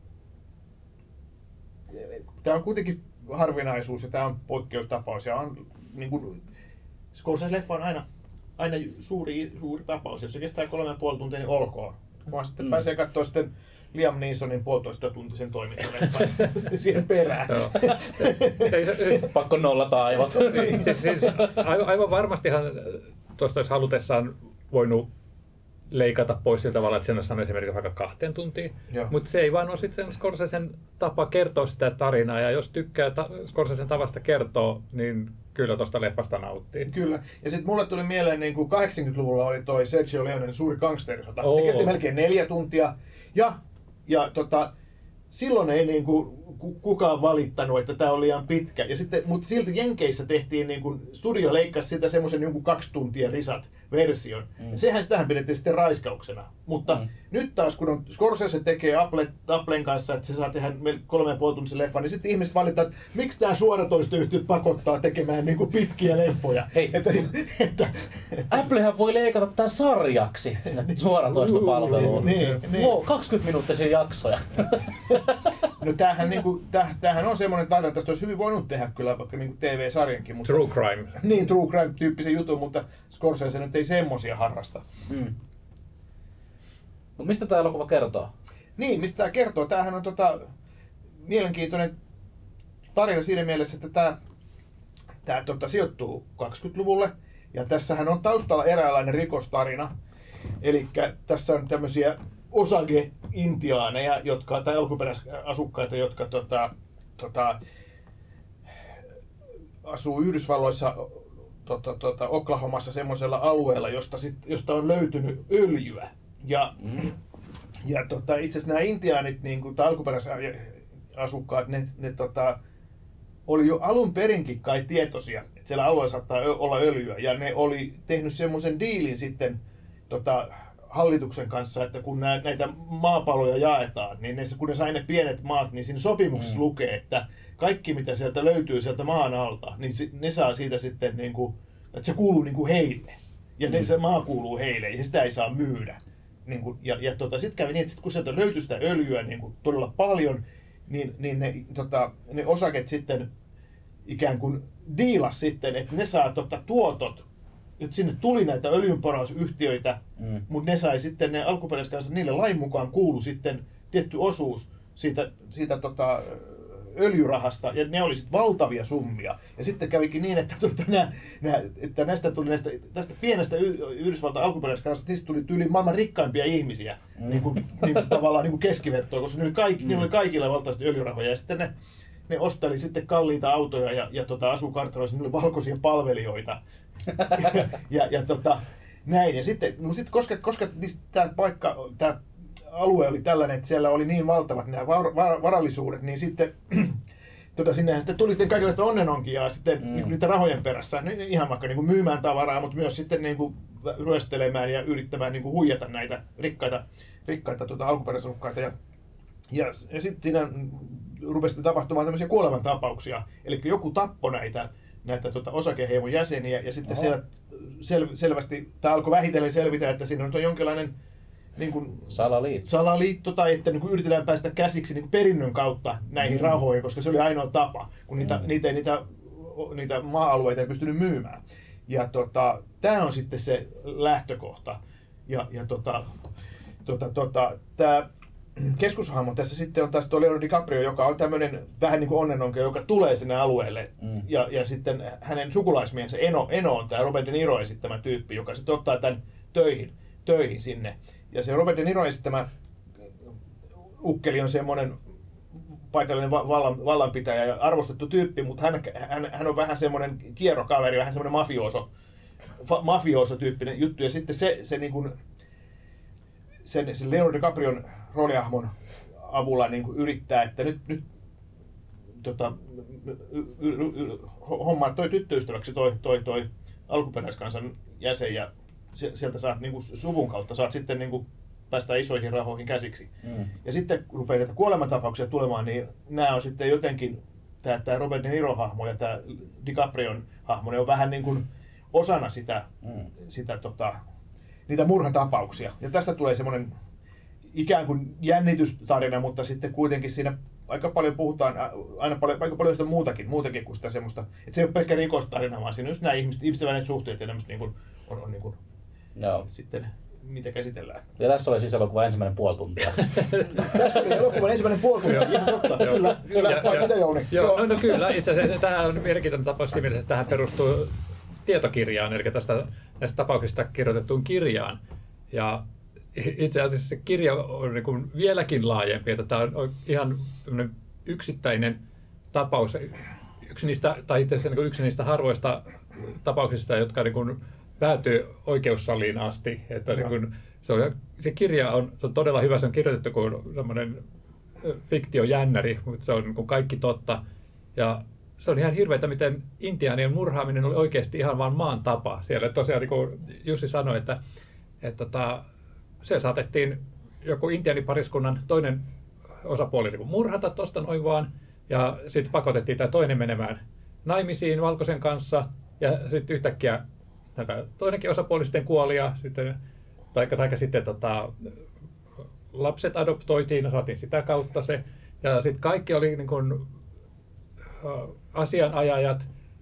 tämä on kuitenkin harvinaisuus ja tämä on poikkeustapaus. Ja on, niin kuin, Scorsese-leffa on aina, aina suuri, suuri tapaus. Jos se kestää kolme ja puoli tuntia, niin olkoon. Kun sitten mm. pääsee katsoa sitten Liam Neesonin puolitoista tuntisen toimintaleffan siihen perään. Pakko nollata aivot. Niin, siis, siis, aivan, aivan varmastihan tuosta olisi halutessaan voinut leikata pois sillä tavalla, että sen olisi esimerkiksi vaikka kahteen tuntiin. Mutta se ei vaan ole sitten Scorsesen tapa kertoa sitä tarinaa. Ja jos tykkää ta- Scorsesen tavasta kertoa, niin kyllä tuosta leffasta nauttii. Kyllä. Ja sitten mulle tuli mieleen, niin kuin kahdeksankymmentäluvulla oli toi Sergio Leonen suuri gangsterisota. Oo. Se kesti melkein neljä tuntia. Ja, ja tota, silloin ei niin kuin kukaan valittanut, että tämä on liian pitkä. Ja sitten, mutta silti Jenkeissä tehtiin, niin kuin, studio leikkasi sitä semmoisen jonkun kaksi tuntia risat version. Mm. Ja sehän sitähän pidettiin sitten raiskauksena. Mutta mm. nyt taas, kun on Scorsese tekee Apple, Applen kanssa, että se saa tehdä kolme ja puoli tuntisen leffan, niin sitten ihmiset valittaa, että miksi tämä suoratoistoyhtiöt pakottaa tekemään niin kuin pitkiä leffoja. Hei, että, että, että, Applehän voi leikata tämän sarjaksi sinne suoratoistopalveluun. Niin, niin. Wow, kaksikymmentä minuuttisia jaksoja. No tämähän, niin kuin, tämähän on semmoinen tarina, että tästä olisi hyvin voinut tehdä kyllä vaikka niin kuin T V-sarjankin. Mutta, True crime. Niin, true crime-tyyppisen jutun, mutta Scorsese nyt ei semmosia harrasta. Mm. No mistä tämä elokuva kertoo? Niin, mistä tämä kertoo? Tämähän on tota, mielenkiintoinen tarina siinä mielessä, että tämä, tämä tota, sijoittuu kaksikymmentäluvulle. Ja tässähän on taustalla eräänlainen rikostarina. Eli tässä on tämmöisiä Osage-intiaaneja, jotka, tai alkuperäisasukkaita, jotka tota, tota, asuu Yhdysvalloissa tota, tota, Oklahomassa semmoisella alueella, josta, sit, josta on löytynyt öljyä. Ja, mm. ja tota, itse asiassa nämä intiaanit, niin kuin, tai alkuperäisasukkaat, ne, ne tota, oli jo alun perinkin kai tietoisia, että siellä alueella saattaa olla öljyä. Ja ne oli tehnyt semmoisen diilin sitten tota, hallituksen kanssa, että kun näitä maapaloja jaetaan, niin ne, kun ne sai ne pienet maat, niin siinä sopimuksessa mm. lukee, että kaikki mitä sieltä löytyy sieltä maan alta, niin ne saa siitä sitten, niin kuin, että se kuuluu niin kuin heille. Ja mm. ne, se maa kuuluu heille ja sitä ei saa myydä. Niin kuin, ja ja tota, sitten kävi niin, että sit, kun sieltä löytyi sitä öljyä niin kuin todella paljon, niin, niin ne, tota, ne osaket sitten ikään kuin diilas sitten, että ne saa tota, tuotot, että sinne tuli näitä öljynporausyhtiöitä, mm. mutta ne sai sitten, ne alkuperäiskansa, niille lain mukaan kuului sitten tietty osuus siitä, siitä tota, öljyrahasta, ja ne oli sitten valtavia summia. Ja sitten kävikin niin, että, tuota, nää, nää, että näistä tuli näistä, tästä pienestä Yhdysvaltain alkuperäiskansasta, niistä tuli yli maailman rikkaimpia ihmisiä, mm. niin kuin, niin kuin, tavallaan niin kuin keskivertoa, koska niillä oli, kaikki, mm. niillä oli kaikilla valtavasti öljyrahoja. Ja sitten ne, ne osteli sitten kalliita autoja ja, ja tota, asuu kartanoissa, niillä oli valkoisia palvelijoita. ja, ja, ja tota, näin. Ja sitten, no sitten koska, koska tämä paikka, tämä alue oli tällainen, että siellä oli niin valtavat nämä var, var, varallisuudet, niin sitten tota, sinnehän sitten tuli sitten kaikenlaista onnenonkiaa sitten mm. niin, niiden rahojen perässä, niin, ihan vaikka niin kuin myymään tavaraa, mutta myös sitten niin kuin ryöstelemään ja yrittämään niin kuin huijata näitä rikkaita, rikkaita tota, alkuperäisasukkaita. Ja, ja, ja sitten siinä rupesi tapahtumaan tämmöisiä kuolemantapauksia, eli joku tappoi näitä näitä tota, osakeheimon jäseniä, ja sitten siellä sel, selvästi, tämä alkoi vähitellen selvitä, että siinä on jonkinlainen niin kuin, salaliitto. salaliitto, tai että niin kuin yritetään päästä käsiksi niin kuin perinnön kautta näihin mm. rahoihin, koska se oli ainoa tapa, kun niitä, mm. niitä, niitä, niitä maa-alueita ei pystynyt myymään. Ja tota, tämä on sitten se lähtökohta. Ja, ja tota, tota, tota, tämä keskushahmo tässä sitten on taas tuo Leonardo DiCaprio, joka on tämmöinen vähän niin kuin onnenonke, joka tulee sinne alueelle. Mm. Ja, ja sitten hänen sukulaismiehensä Eno, Eno on tämä Robert De Niro esittämä tyyppi, joka sitten ottaa tämän töihin, töihin sinne. Ja se Robert De Niro esittämä ukkeli on semmoinen paikallinen vallan, vallanpitäjä ja arvostettu tyyppi, mutta hän, hän, hän on vähän semmoinen kierrokaveri, vähän semmoinen mafioso, mafioso-tyyppinen juttu. Ja sitten se, se niin kuin, sen, sen Leonardo DiCaprion roolihahmon avulla niin kuin yrittää, että nyt, nyt tota, y, y, y, hommaa toi tyttöystäväksi toi, toi, toi alkuperäiskansan jäsen ja sieltä saat niin kuin suvun kautta saat sitten niin kuin päästä isoihin rahoihin käsiksi. Mm. Ja sitten kun rupeaa näitä kuolemantapauksia tulemaan, niin nämä on sitten jotenkin, tämä, tämä Robert De Niro-hahmo ja tämä DiCaprion hahmo, ne on vähän niin kuin osana sitä, mm. sitä tota, niitä murhatapauksia. Ja tästä tulee semmoinen ikään kuin jännitystarina, mutta sitten kuitenkin siinä aika paljon puhutaan, aina paljon, aika paljon sitä muutakin, muutakin kuin sitä semmoista, että se ei ole pelkkä rikostarina, vaan siinä on just nämä ihmiset, ihmisten väliset suhteet ja tämmöistä niin kuin, on, on niin kuin, no. sitten mitä käsitellään. Ja tässä oli siis elokuva ensimmäinen puoli tuntia. Tässä oli elokuvan ensimmäinen puoli tuntia, ihan totta. Kyllä, kyllä. Ja, vai ja, mitä Jouni? Joo, joo. No, no kyllä, itse asiassa tämä on mielenkiintoinen tapaus siinä mielessä, että tähän perustuu tietokirjaan, eli tästä näistä tapauksista kirjoitettuun kirjaan. Ja itse asiassa se kirja on niin kuin vieläkin laajempi, että tämä on ihan yksittäinen tapaus, yksi niistä, tai itse asiassa niin yksi niistä harvoista tapauksista, jotka niin kuin päätyy oikeussaliin asti. Että niin kuin, se, on, se kirja on, se on todella hyvä, se on kirjoitettu kuin semmoinen fiktiojännäri, mutta se on niin kuin kaikki totta. Ja se on ihan hirveätä, miten intiaanien murhaaminen oli oikeasti ihan vaan maan tapa. Siellä tosiaan, niin kuin Jussi sanoi, että, että, että se saatettiin joku intiaanipariskunnan toinen osapuoli niin kuin murhata tuosta noin vaan, ja sitten pakotettiin tämä toinen menemään naimisiin valkoisen kanssa, ja sitten yhtäkkiä toinenkin osapuoli sitten kuoli, ja sitten, taikka, taikka sitten tota, lapset adoptoitiin, ja saatiin sitä kautta se, ja sitten kaikki oli niin kuin, asianajajat,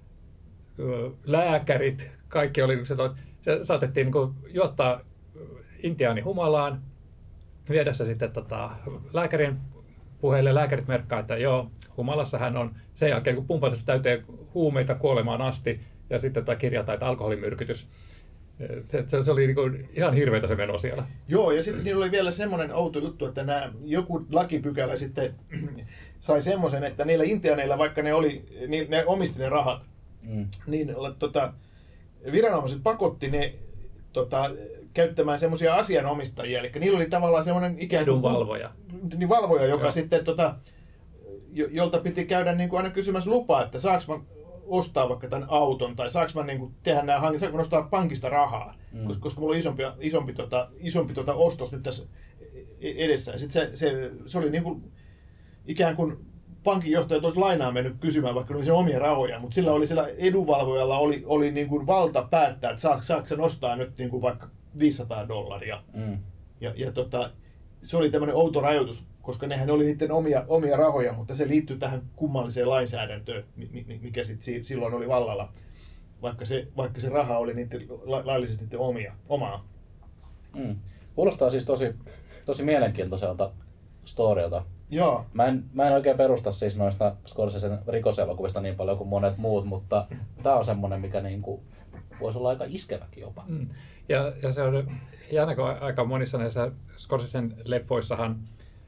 lääkärit, kaikki oli, se, se saatettiin niin kuin juottaa intiaani humalaan, viedä se sitten tota, lääkärin puheille, lääkärit merkkaa, että joo, humalassa hän on, sen jälkeen kun pumpataan täyteen huumeita kuolemaan asti, ja sitten tämä kirjata, että alkoholimyrkytys. Se oli niin kuin ihan hirveätä se meno siellä. Joo, ja sitten niillä oli vielä semmoinen outo juttu, että nämä, joku lakipykälä sitten sai semmoisen, että niillä intiaaneilla, vaikka ne, oli, niin ne omisti ne rahat, mm. niin tota, viranomaiset pakotti ne tota, käyttämään semmoisia asianomistajia, eli niillä oli tavallaan semmoinen ikään kuin valvoja, niin valvoja joka Joo. sitten, tota, jolta piti käydä niin kuin aina kysymässä lupaa, että saanko mä ostaa vaikka tämän auton, tai saanko mä niin kuin tehdä nämä hankkeet, saanko mä nostaa pankista rahaa, Mm. koska, koska mulla on isompi, isompi, tota, isompi tota ostos nyt tässä edessä. Ja sit se, se, se oli niin kuin, ikään kuin pankinjohtaja olisi lainaa mennyt kysymään, vaikka oli sen omia rahoja, mutta sillä oli sillä edunvalvojalla oli, oli niin kuin valta päättää, että saako, saako se nostaa nyt niin kuin vaikka viisisataa dollaria. Mm. Ja, ja tota, se oli tämmöinen outo rajoitus, koska nehän oli niiden omia, omia rahoja, mutta se liittyy tähän kummalliseen lainsäädäntöön, mikä sit silloin oli vallalla, vaikka se, vaikka se raha oli niiden, laillisesti niiden omia, omaa. Mm. Kuulostaa siis tosi, tosi mielenkiintoiselta storilta. Joo. Mä en, mä en oikein perusta siis noista Scorsesen rikoselokuvista niin paljon kuin monet muut, mutta tää on semmonen, mikä niinku voisi olla aika iskeväkin jopa. Mm. Ja, ja se on jännä, kun aika monissa näissä Scorsesen leffoissahan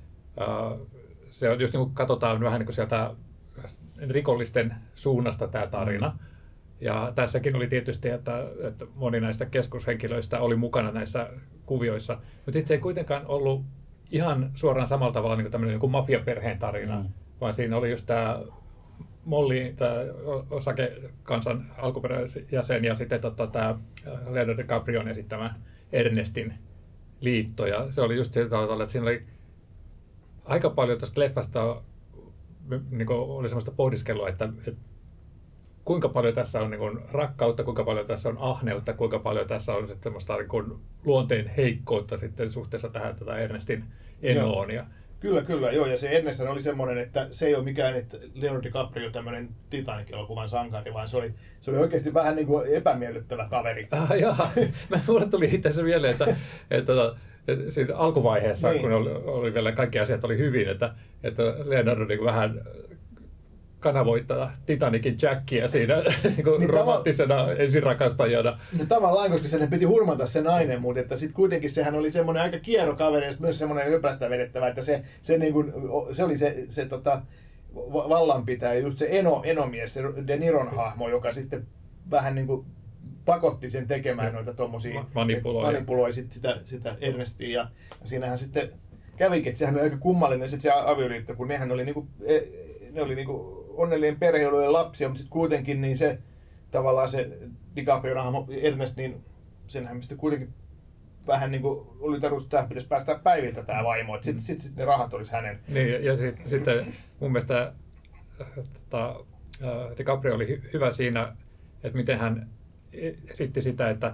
uh, se on just niin kuin katsotaan vähän niin kuin sieltä rikollisten suunnasta tämä tarina. Mm. Ja tässäkin oli tietysti, että, että moni näistä keskushenkilöistä oli mukana näissä kuvioissa, mutta itse ei kuitenkaan ollut ihan suoraan samalla tavalla niin kuin tämmöinen niin kuin mafiaperheen tarina, mm. vaan siinä oli just tämä Molly, tämä osakekansan alkuperäisjäsen ja sitten tota, tämä Leonardo DiCaprion esittämä Ernestin liitto. Ja se oli just sillä tavalla, että siinä oli aika paljon tuosta leffasta niin kuin oli semmoista pohdiskelua, että, että kuinka paljon tässä on niin kuin rakkautta, kuinka paljon tässä on ahneutta, kuinka paljon tässä on sitten semmoista niin kuin luonteen heikkoutta sitten suhteessa tähän tätä Ernestin enoon. Ja Kyllä, kyllä, joo, ja se Ernest oli semmoinen, että se ei ole mikään että Leonardo DiCaprio tämmöinen Titanic-elokuvan sankari, vaan se oli, se oli oikeasti vähän niin kuin epämiellyttävä kaveri. Ah, jaa. Mä, mulle tuli itse asiassa mieleen, että, että, että siinä alkuvaiheessa, niin. kun oli, oli vielä kaikki asiat oli hyvin, että, että Leonardo niin vähän kanavoittaa Titanicin Jackia siinä niin niin romanttisena tava- ensirakastajana. No tavallaan, koska sen piti hurmata se nainen, mutta että sitten kuitenkin sehän oli semmoinen aika kiero kaveri ja myös semmoinen höplästä vedettävä, että se, se, niin kuin, se oli se, se tota, vallanpitäjä, just se eno, enomies, se De Niron hahmo, joka sitten vähän niin kuin pakotti sen tekemään noita tommosia, manipuloi, manipuloi sit sitä, sitä Ernestia ja, ja siinähän sitten kävikin, että sehän oli aika kummallinen sit se avioliitto, kun nehän oli niinku, ne oli niinku onnellinen perhe, joilla oli lapsia, mutta sitten kuitenkin niin se tavallaan se DiCaprion hahmo Ernest, niin senhän mistä kuitenkin vähän niin kuin oli tarkoitus, että tämä pitäisi päästä päiviltä tämä vaimo, että sitten sit, sit ne rahat olisi hänen. Niin, ja, ja sitten sit, mun mielestä tota, DiCaprio oli hy- hyvä siinä, että miten hän esitti sitä, että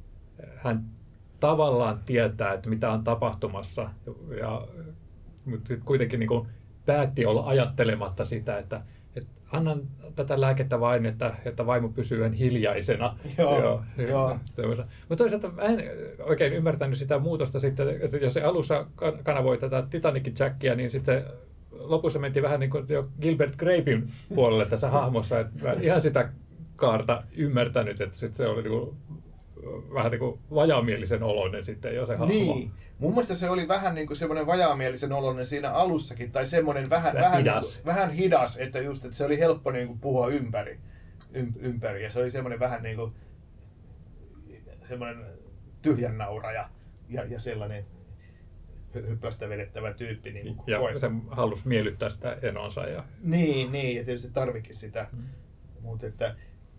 hän tavallaan tietää, että mitä on tapahtumassa, ja, mutta kuitenkin niin kuin päätti olla ajattelematta sitä, että, että annan tätä lääkettä vain, että, että vaimo pysyy hiljaisena. Joo, joo, joo. Mutta toisaalta mä en oikein ymmärtänyt sitä muutosta sitten, että jos se alussa kanavoi tätä Titanicin Jackia, niin sitten lopussa mentiin vähän niin kuin jo Gilbert Grapein puolelle tässä hahmossa, että mä en ihan sitä kaarta ymmärtänyt, että sitten se oli niin kuin vähän niin kuin vajaamielisen oloinen sitten jo se hahmo. Niin. Mun mielestä se oli vähän niin kuin semmoinen vajaamielisen oloinen siinä alussakin, tai semmoinen vähän, vähän, vähän, hidas. Niin kuin, vähän hidas, että just, että se oli helppo niin kuin puhua ympäri, ympäri, ja se oli semmoinen vähän niin kuin semmoinen tyhjän nauraja ja, ja sellainen hyplästä vedettävä tyyppi. Niin kuin ja koe. se halusi miellyttää sitä enonsa. Ja Niin, niin, ja tietysti tarvikin sitä, hmm. mutta että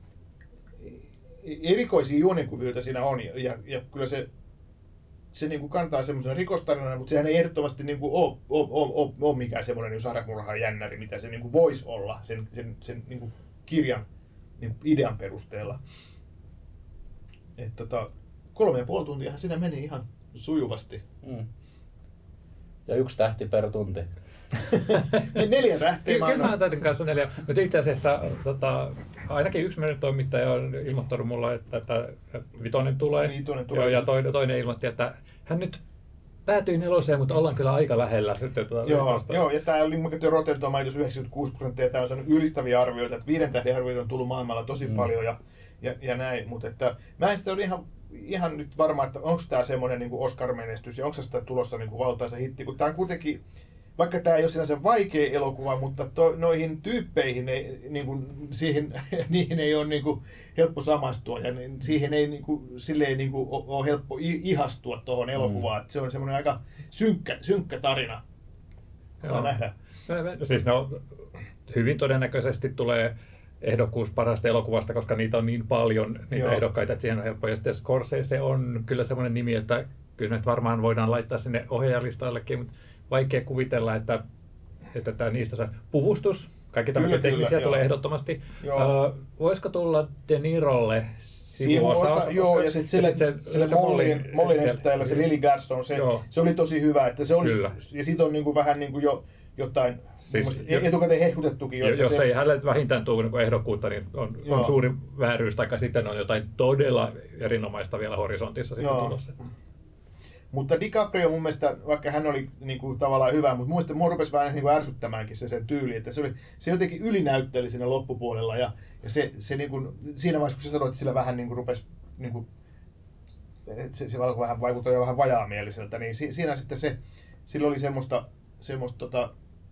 erikoisia juonikuvioita siinä on, ja, ja kyllä se se niin kuin kantaa semmoisena rikostarinana, mutta sehän ei ehdottomasti niin kuin ole, ole, ole, ole mikään semmoinen saramurhan jännäri, mitä se niin kuin voisi olla sen, sen, sen niin kuin kirjan niin kuin idean perusteella. Et tota, kolme ja puoli tuntiahan siinä meni ihan sujuvasti. Mm. Ja yksi tähti per tunti. Neljä tähteä mä annan. Kyllä mä kanssa neljä. Mutta itse asiassa tota, ainakin yksi meidän toimittaja on ilmoittanut mulle, että, että vitonen tulee. Vitonen tulee. Joo, ja toinen, toinen ilmoitti, että hän nyt päätyi neloseen, mutta ollaan kyllä aika lähellä. Sitten, tuota, joo, joo, ja tämä oli mun Rotten Tomatoes yhdeksänkymmentäkuusi prosenttia, ja tämä on saanut ylistäviä arvioita, että viiden tähden arvioita on tullut maailmalla tosi mm. paljon ja, ja, ja näin, mutta että mä en sitten ole ihan, ihan nyt varma, että onko tämä semmoinen niin kuin Oscar-menestys ja onko sitä tulossa niin kuin valtaisa hitti, kun tämä on kuitenkin, vaikka tämä ei ole sinänsä vaikea elokuva, mutta to, noihin tyyppeihin, ei, niin kuin, siihen, niihin ei ole niin kuin helppo samastua ja niin, siihen ei niin kuin, silleen, niin kuin, ole helppo ihastua tuohon elokuvaan. Mm. Se on semmoinen aika synkkä, synkkä tarina. Saa Joo. nähdä. No, siis no, hyvin todennäköisesti tulee ehdokkuus parasta elokuvasta, koska niitä on niin paljon, niitä Joo. ehdokkaita, että siihen on helppo. Ja sitten Scorsese on kyllä semmoinen nimi, että kyllä nyt varmaan voidaan laittaa sinne ohjaajalistallekin, mutta vaikea kuvitella, että, että tämä niistä saa puvustus, kaikki tämmöisiä Kyllä, teknisiä kyllä, tulee joo. ehdottomasti. Joo. Uh, voisiko tulla De Nirolle Sivuosa, sivuosa? joo, ja sitten sille, sit se, sille Mollin, Mollin esittäjällä, se Lily Gladstone, se, se oli tosi hyvä, että se olisi, ja siitä on niinku vähän niinku jo jotain siis, etukäteen hehkutettukin. Jo, jos se, ei hänelle vähintään tule niin ehdokkuutta, niin on, on suuri vääryys, tai sitten on jotain todella erinomaista vielä horisontissa sitten tulossa. Mutta DiCaprio mun mielestä, vaikka hän oli niin kuin, tavallaan hyvä, mutta mun mielestä mua rupesi vähän niin kuin ärsyttämäänkin se sen tyyli, että se, oli, se jotenkin ylinäytteli siinä loppupuolella ja, ja se, se niin kuin, siinä vaiheessa, kun sä sanoit, että sillä vähän niin kuin rupesi, niin kuin, se, se vähän vaikuttoi jo vähän vajaamieliseltä, niin si, siinä sitten se, sillä oli semmoista, semmoista tota,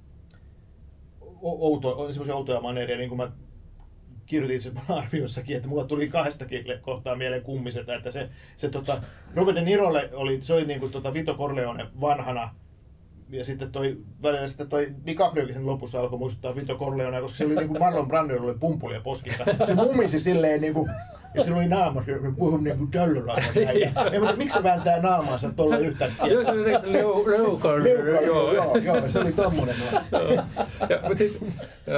outo, semmoisia outoja maneeria, niin kuin mä kirjoitin sen arviossakin, että mulla tuli kahdestakin kohtaa mieleen kummiset, että se, se tota, Robert De Nirolle oli, se oli niinku tota Vito Corleone vanhana, ja sitten toi, välillä sitten toi DiCapriokin sen lopussa alkoi muistuttaa Vito Corleonea, koska se oli niinku Marlon Brandoilla oli pumpulia poskissa. Se mumisi silleen niinku, ja sillä oli naamassa, joka puhui niinku tällöllä. Ja mä miksi se vääntää naamaansa tuolla yhtäkkiä? Joo, se oli leukaan. Joo, joo, joo, se oli tommonen. Mutta sitten,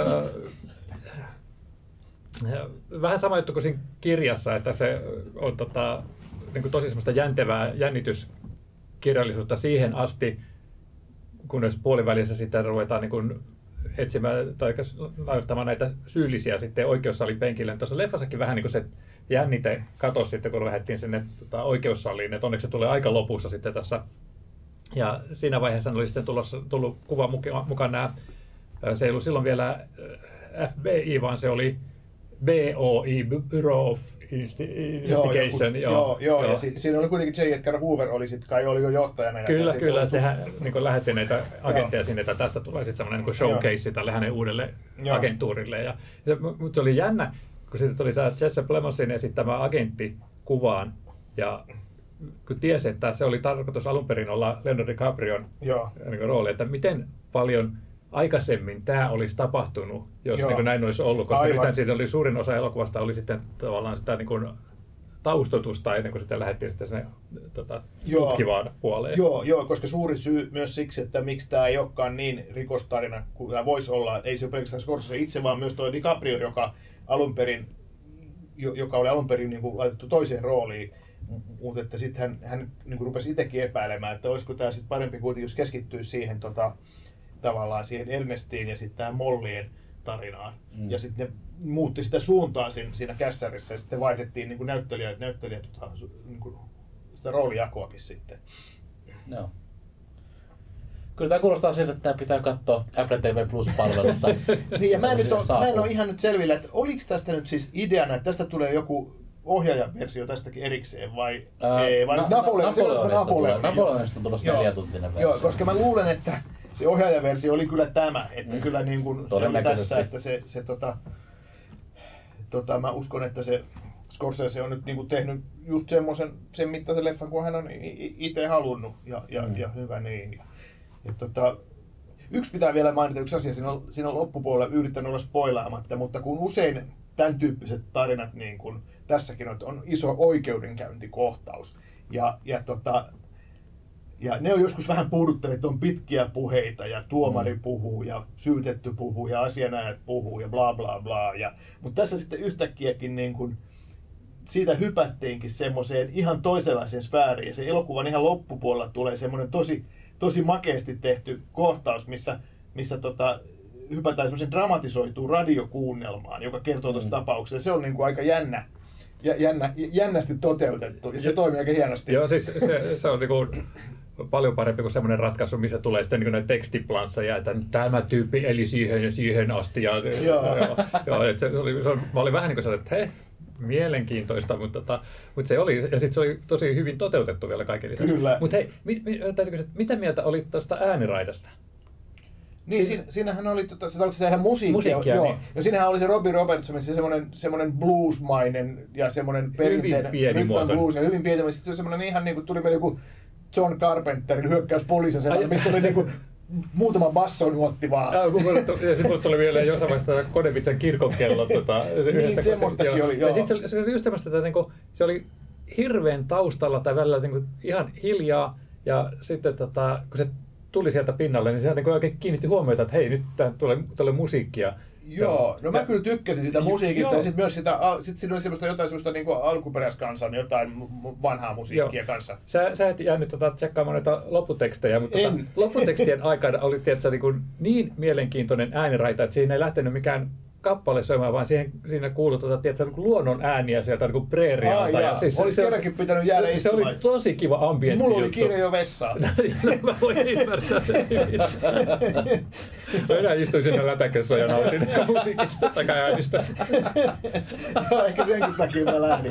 vähän sama juttu kuin siinä kirjassa, että se on tota, niin kuin tosi semmoista jäntevää jännityskirjallisuutta siihen asti, kunnes puolivälissä sitten ruvetaan niin kuin etsimään tai laittamaan näitä syyllisiä sitten oikeussalin penkille. Tuossa leffassakin vähän niin kuin se jännite katosi sitten, kun lähdettiin sinne tota, oikeussaliin, että onneksi se tulee aika lopussa sitten tässä. Ja siinä vaiheessa oli sitten tulossa, tullut kuvan mukaan nämä, se ei ollut silloin vielä F B I, vaan se oli B O I, Bureau of Investigation. Joo, joo, joo, joo. Ja si- siinä oli kuitenkin J. Edgar Hoover oli sit kai oli jo johtajana. Ja kyllä, kyllä. oli... Sehän niin lähetti näitä agentteja sinne, että tästä tulee sitten semmoinen niin showcase tälle hänen uudelle joo. agentuurille. Ja se, mutta se oli jännä, kun sitten tuli tämä Jesse Plemmonsin esittämä agentti kuvaan. Ja kun tiesi, että se oli tarkoitus alun perin olla Leonardo DiCaprion niin rooli, että miten paljon aikaisemmin tämä olisi tapahtunut, jos niin näin olisi ollut, koska nyt siitä oli suurin osa elokuvasta oli sitten tavallaan sitä niin kuin taustotusta ennen kuin sitten lähdettiin sitten sinne tota, tutkivaan puoleen. Joo, joo, koska suuri syy myös siksi, että miksi tämä ei olekaan niin rikostarina kuin tämä voisi olla, ei se ole pelkästään Scorsese itse, vaan myös tuo DiCaprio, joka, alun perin, joka oli alun perin niin kuin laitettu toiseen rooliin, mutta että sitten hän, hän niin kuin rupesi itsekin epäilemään, että olisiko tämä sitten parempi kuitenkin, jos keskittyisi siihen tota, tavallaan siihen Ernestiin ja sitten tähän Mollien tarinaan. Mm. Ja sitten ne muutti sitä suuntaa siinä, siinä kässärissä ja sitten vaihdettiin niin kuin näyttelijä, näyttelijä tota, niin kuin sitä roolijakoakin sitten. No. Kyllä tämä kuulostaa siltä, että tämä pitää katsoa Apple T V Plus-palvelusta. Niin ja mä en, nyt ole, mä en ole ihan nyt selvillä, että oliko tästä nyt siis ideana, että tästä tulee joku ohjaajaversio tästäkin erikseen vai Ää, ei? Vai na- Napoleon, na- Napoleon, Napoleonista on tulossa neljätuntinen versio. Joo, koska mä luulen, että se ohjaajaversio oli kyllä tämä, että mm. kyllä niin kuin se oli tässä, että se, se tota, tota, mä uskon, että se Scorsese on nyt niin kuin tehnyt just semmoisen, sen mittaisen leffan, kun hän on itse halunnut ja, ja, mm. ja hyvä niin. Ja, ja tota, yksi pitää vielä mainita, yksi asia, siinä on, siinä on loppupuolella yrittänyt olla spoilaamatta, mutta kun usein tämän tyyppiset tarinat, niin kuin tässäkin on, on iso oikeudenkäyntikohtaus ja, ja tota, ja ne on joskus vähän puuduttaneet, että on pitkiä puheita ja tuomari puhuu ja syytetty puhuu ja asianajat puhuu ja bla bla bla. Ja, mutta tässä sitten yhtäkkiäkin niin kun, siitä hypättiinkin semmoiseen ihan toisenlaiseen sfääriin. Ja se elokuvan ihan loppupuolella tulee semmoinen tosi, tosi makeasti tehty kohtaus, missä, missä tota, hypätään semmoisen dramatisoituun radiokuunnelmaan, joka kertoo tuosta mm. tapauksesta. Se on niin kuin aika jännä. Jännä, jännästi toteutettu ja se ja, toimii aika hienosti. Joo, siis se, se on niinku paljon parempi kuin semmoinen ratkaisu, missä tulee sitten niin näitä tekstiplansseja, että tämä tyyppi eli siihen ja siihen asti. Ja, joo. Joo, joo, että se oli, se oli, mä olin vähän niin kuin sellainen, että he, mielenkiintoista, mutta, tota, mutta se oli, ja sitten se oli tosi hyvin toteutettu vielä kaiken lisäksi. Kyllä. Mutta hei, mit, mit, kysyä, mitä mieltä olit tuosta ääniraidasta? Niin, siinä, siinähän oli, tota, se tarkoitti ihan musiikkia, musiikkia joo. Niin. Ja siinähän oli se Robbie Robertson, se semmoinen, semmoinen bluesmainen ja semmoinen perinteinen rhythm blues ja hyvin pienimuotoinen. Sitten semmoinen ihan niin kuin tuli meille joku John Carpenterin hyökkäys poliisin, mistä oli niin kuin muutama bassonuotti vaan. Ja, ja sitten tuli vielä jossain vaiheessa Kodevitsan kirkonkello. Tota, niin, semmoistakin se, oli, joo. Ja sitten se, se oli just tämmöistä, että niinku, se oli hirveän taustalla tai välillä niinku, ihan hiljaa. Ja sitten tota, kun se tuli sieltä pinnalle, niin se niinku oikein kiinnitti huomiota, että hei, nyt tähän tulee, tulee musiikkia. Joo, no mä ja, kyllä tykkäsin sitä musiikista joo. ja sitten myös sitä, sit siinä oli semmoista jotain semmoista niinku alkuperäiskansan jotain vanhaa musiikkia joo. kanssa. Sä, sä et jäänyt tota, tsekkaamaan noita lopputekstejä, mutta tota, lopputekstien aikana oli tietysti, niin, niin mielenkiintoinen ääniraita, että siinä ei lähtenyt mikään kappale soimaan, vaan siihen, siinä kuului tuota, tiedätkö, niin luonnon ääniä sieltä niin preerialta. Ja siis, olisi kerrankin pitänyt jäädä se, istumaan. Se oli tosi kiva ambientti. Mulla oli kiire jo vessaan. No, mä voin ymmärtää sen hyvin. Mä enää istuin siinä lätäkössä ja nautin musiikista takaa äänistä. Joo, ehkä senkin takia mä lähdin.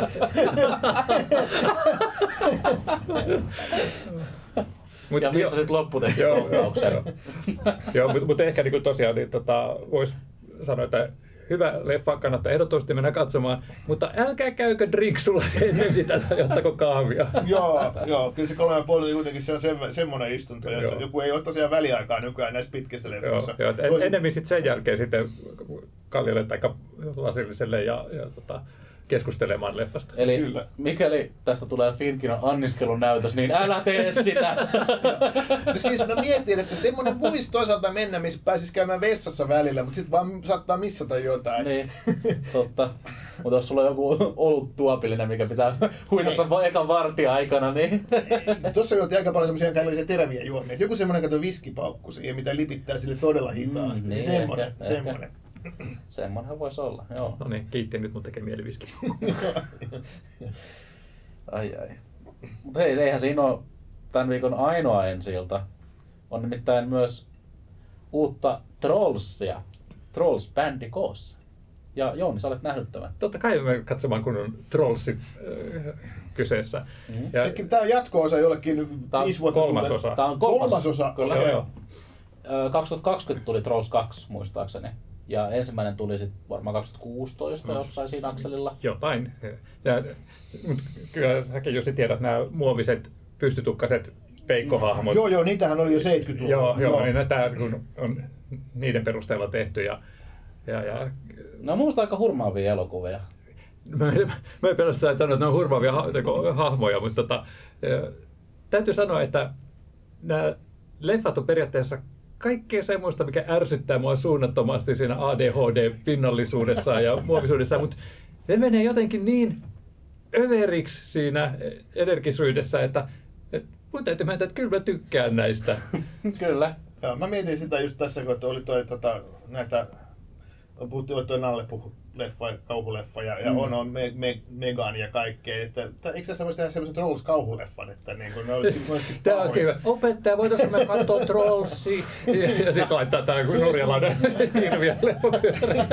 Mut, ja missä sitten lopputeksti? Joo, mutta mut ehkä niin tosiaan niin, tota, voisi sanoa, että hyvä leffa, kannattaa ehdottomasti mennä katsomaan, mutta älkää käykö drinksulla ennen sitä tai ottako kahvia. Joo, joo, kyllä se kolme ja puoli kuitenkin se on se, semmoinen istunto, että joo. joku ei ole tosiaan väliaikaa nykyään näissä pitkissä leffoissa. Joo, joo Toisin... enemmän sitten sen jälkeen sitten Kallille tai Lasilliselle ja, ja tota, keskustelemaan leffasta. Eli kyllä. Mikäli tästä tulee Finkinon anniskelun näytös, niin älä tee sitä! No siis mä mietin, että semmoinen voisi toisaalta mennä, missä pääsisi käymään vessassa välillä, mutta sitten vaan saattaa missata jotain. Niin, totta. Mutta jos sulla on joku olut tuopillinen, mikä pitää huitasta vaan ekan vartia aikana, niin... Tuossa juotiin aika paljon semmoisia käydellisiä teräviä juomia. Joku semmoinen kato viskipaukku siihen, mitä lipittää sille todella hitaasti. Mm, niin, semmoinen, ehkä, semmoinen. Ehkä. Semmoinenhan voisi olla, joo. No niin, kiitti nyt, mun tekee mieli viski. Ai ai. Mutta hei, eihän siinä ole tämän viikon ainoa ensi-ilta. On nimittäin myös uutta Trollsia. Trolls-bändi koossa. Ja Jouni, sä olet nähnyt tämän. Totta kai me katsomaan, kun on Trollsi äh, kyseessä. Mm-hmm. Ja tämä on jatko-osa jollekin viisi vuotta. Kolmasosa. Tämä on kolmas. kolmasosa. Kyllä, joo. joo. kaksituhattakaksikymmentä tuli Trolls kaksi muistaakseni. Ja ensimmäinen tuli sitten varmaan kaksituhattakuusitoista no. jossain siinä akselilla. Jotain. Ja, mutta kyllä säkin Jussi tiedät nämä muoviset pystytukkaset peikkohahmot. Joo, joo, niitähän oli jo seitsemänkymmentäluvulla. Joo, joo, niin näitä on niiden perusteella tehty. Ja, ja, ja... No mun mielestä aika hurmaavia elokuvia. Mä, mä en pelkästään sanoa, että ne on hurmaavia ha- hahmoja, mutta tota, täytyy sanoa, että nämä leffat on periaatteessa kaikkea semmoista, mikä ärsyttää mua suunnattomasti siinä A D H D-pinnallisuudessaan ja muovisuudessaan, mutta ne menee jotenkin niin överiksi siinä energisyydessä, että, että mun täytyy mennä, että kyllä mä tykkään näistä. Kyllä. Joo, mä mietin sitä just tässä, kun oli toi, tota, näitä, puhuttiin, että toi Nalle puhui leffa, kauhuleffa ja, ja mm. on, on me, me, Megan ja kaikkea. Että, että, eikö tässä voisi tehdä semmoisen Trolls-kauhuleffan, että niin kuin ne olisikin myöskin Tämä olisi hyvä. Opettaja, voitaisiinko me katsoa Trollsia? Ja, ja sitten laittaa tämä norjalainen hirviä leffapyörä.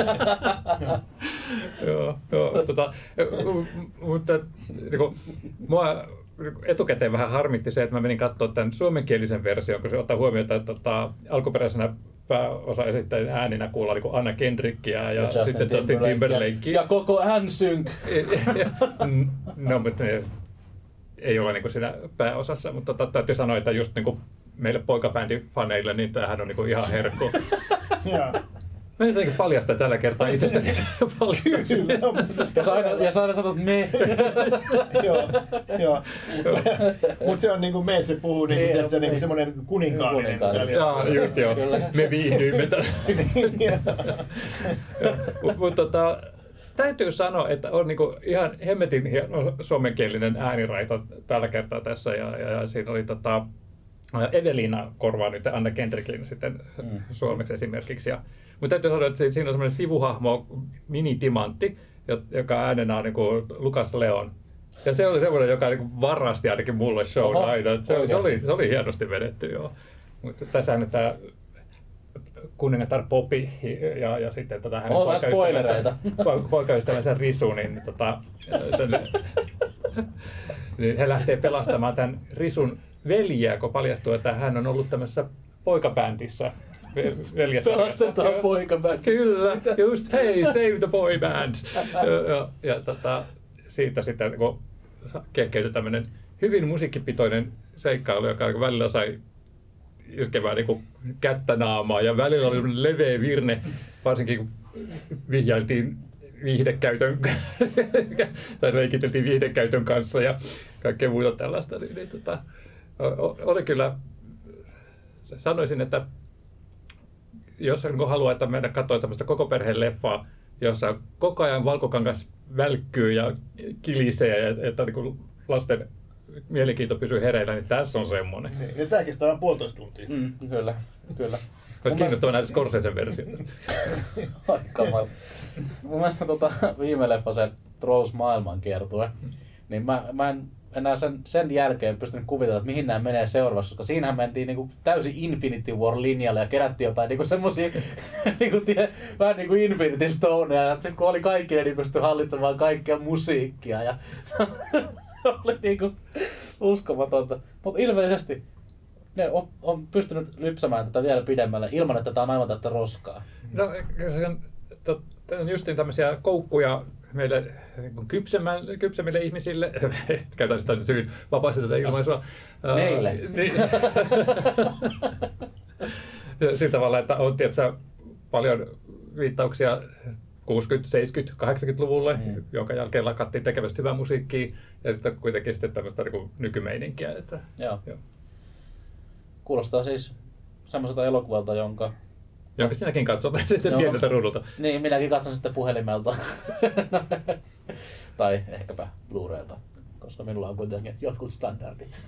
Joo, joo. Tota, mutta niin kuin, mua etukäteen vähän harmitti se, että mä menin katsoa tämän suomenkielisen version, kun se ottaa huomioon, että tota, alkuperäisenä pääosaesittäjän ääninä kuullaan niin Anna Kendrickia ja, ja Justin sitten Justin Timberlake. Ja koko N-Sync. No, mutta ne ei ole niin siinä pääosassa, mutta tota, täytyy sanoa, että just niin meille poikabändifaneille, niin tämähän on niin ihan herkku. Mä en jotenkin paljasta tällä kertaa itsestäni paljon. Kyllä, ja sä aina, ja sä aina sanot me. Joo, joo. Mutta, mutta se on niin kuin me, se puhuu niin kuin, tiedätkö, niin kuin semmoinen kuninkaallinen. Joo, just joo. Me viihdyimme tällä. Mutta tota, täytyy sanoa, että on niinku ihan hemmetin hieno suomenkielinen ääniraita tällä kertaa tässä. Ja, ja, ja siinä oli tota, Evelina korvaa nyt Anna Kendrickin sitten mm. suomeksi esimerkiksi. Ja, mutta täytyy sanoa, että siinä on semmoinen sivuhahmo, Mini Timantti, joka äänenä on niin kuin Lukas Leon. Ja se oli semmoinen, joka niin varasti ainakin mulle shown Oho, aina. Se, se, oli, se oli hienosti vedetty, joo. Mutta tässähän nyt tämä kuningatar Popi ja, ja sitten tätä hänen poikaystävänsä, poikaystävänsä Risu, niin, tota, tänne, niin he lähtee pelastamaan tämän Risun veljeä, kun paljastuu, että hän on ollut tämmöisessä poikabändissä. Pelastetaan poikabändi. Kyllä, just hei, save the boy bands. ja, ja, ja tota, siitä sitten kun kehkeytyi tämmöinen hyvin musiikkipitoinen seikkailu, joka välillä sai iskemään niin kättä naamaa ja välillä oli leveä virne, varsinkin kun vihjailtiin viihdekäytön tai leikiteltiin viihdekäytön kanssa ja kaikkea muuta tällaista. Niin, niin, tota, oli kyllä, sanoisin, että jos haluaa, että mennä katsoa tämmöistä koko perheen leffaa, jossa koko ajan valkokangas välkkyy ja kilisee ja että niin lasten mielenkiinto pysyy hereillä, niin tässä on semmoinen. Niin, ja tämä kestää vain puolitoista tuntia. Mm, kyllä, kyllä. Olisi kiinnostavaa nähdä Scorsesen versio. Aika mal. Mun mielestä tota, viime leffa, se Trolls maailmankiertue, niin mä, mä en enää sen, sen jälkeen pystynyt kuvitella, että mihin nämä menee seuraavaksi, koska siinähän mentiin niinku täysin Infinity War-linjalle ja kerättiin jotain niinku semmosia niinku, tie, vähän niinku Infinity Stoneja, ja sitten kun oli kaikki, niin pystyi hallitsemaan kaikkea musiikkia, ja se, se oli niinku uskomatonta. Mutta ilmeisesti ne on, on pystynyt lypsämään tätä vielä pidemmälle ilman, että tämä on aivan tätä roskaa. No, se on, to, on justiin tämmöisiä koukkuja meille niin kypsemmille ihmisille, käytän sitä nyt hyvin vapaasti tätä ilmaisua. Meille. Uh, niin, sillä tavalla, että on tietysti paljon viittauksia kuusikymmentä-, seitsemänkymmentä-, kahdeksankymmentäluvulle, mm. jonka jälkeen lakattiin tekemästä hyvää musiikkia ja sitten kuitenkin sitten tämmöistä niin nykymeininkiä. Että, joo. Jo. Kuulostaa siis semmoiselta elokuvalta, jonka jonka sinäkin katsot sitten Joo. pieneltä ruudulta. Niin, minäkin katson sitten puhelimelta. Tai ehkäpä Blu-raylta, koska minulla on kuitenkin jotkut standardit.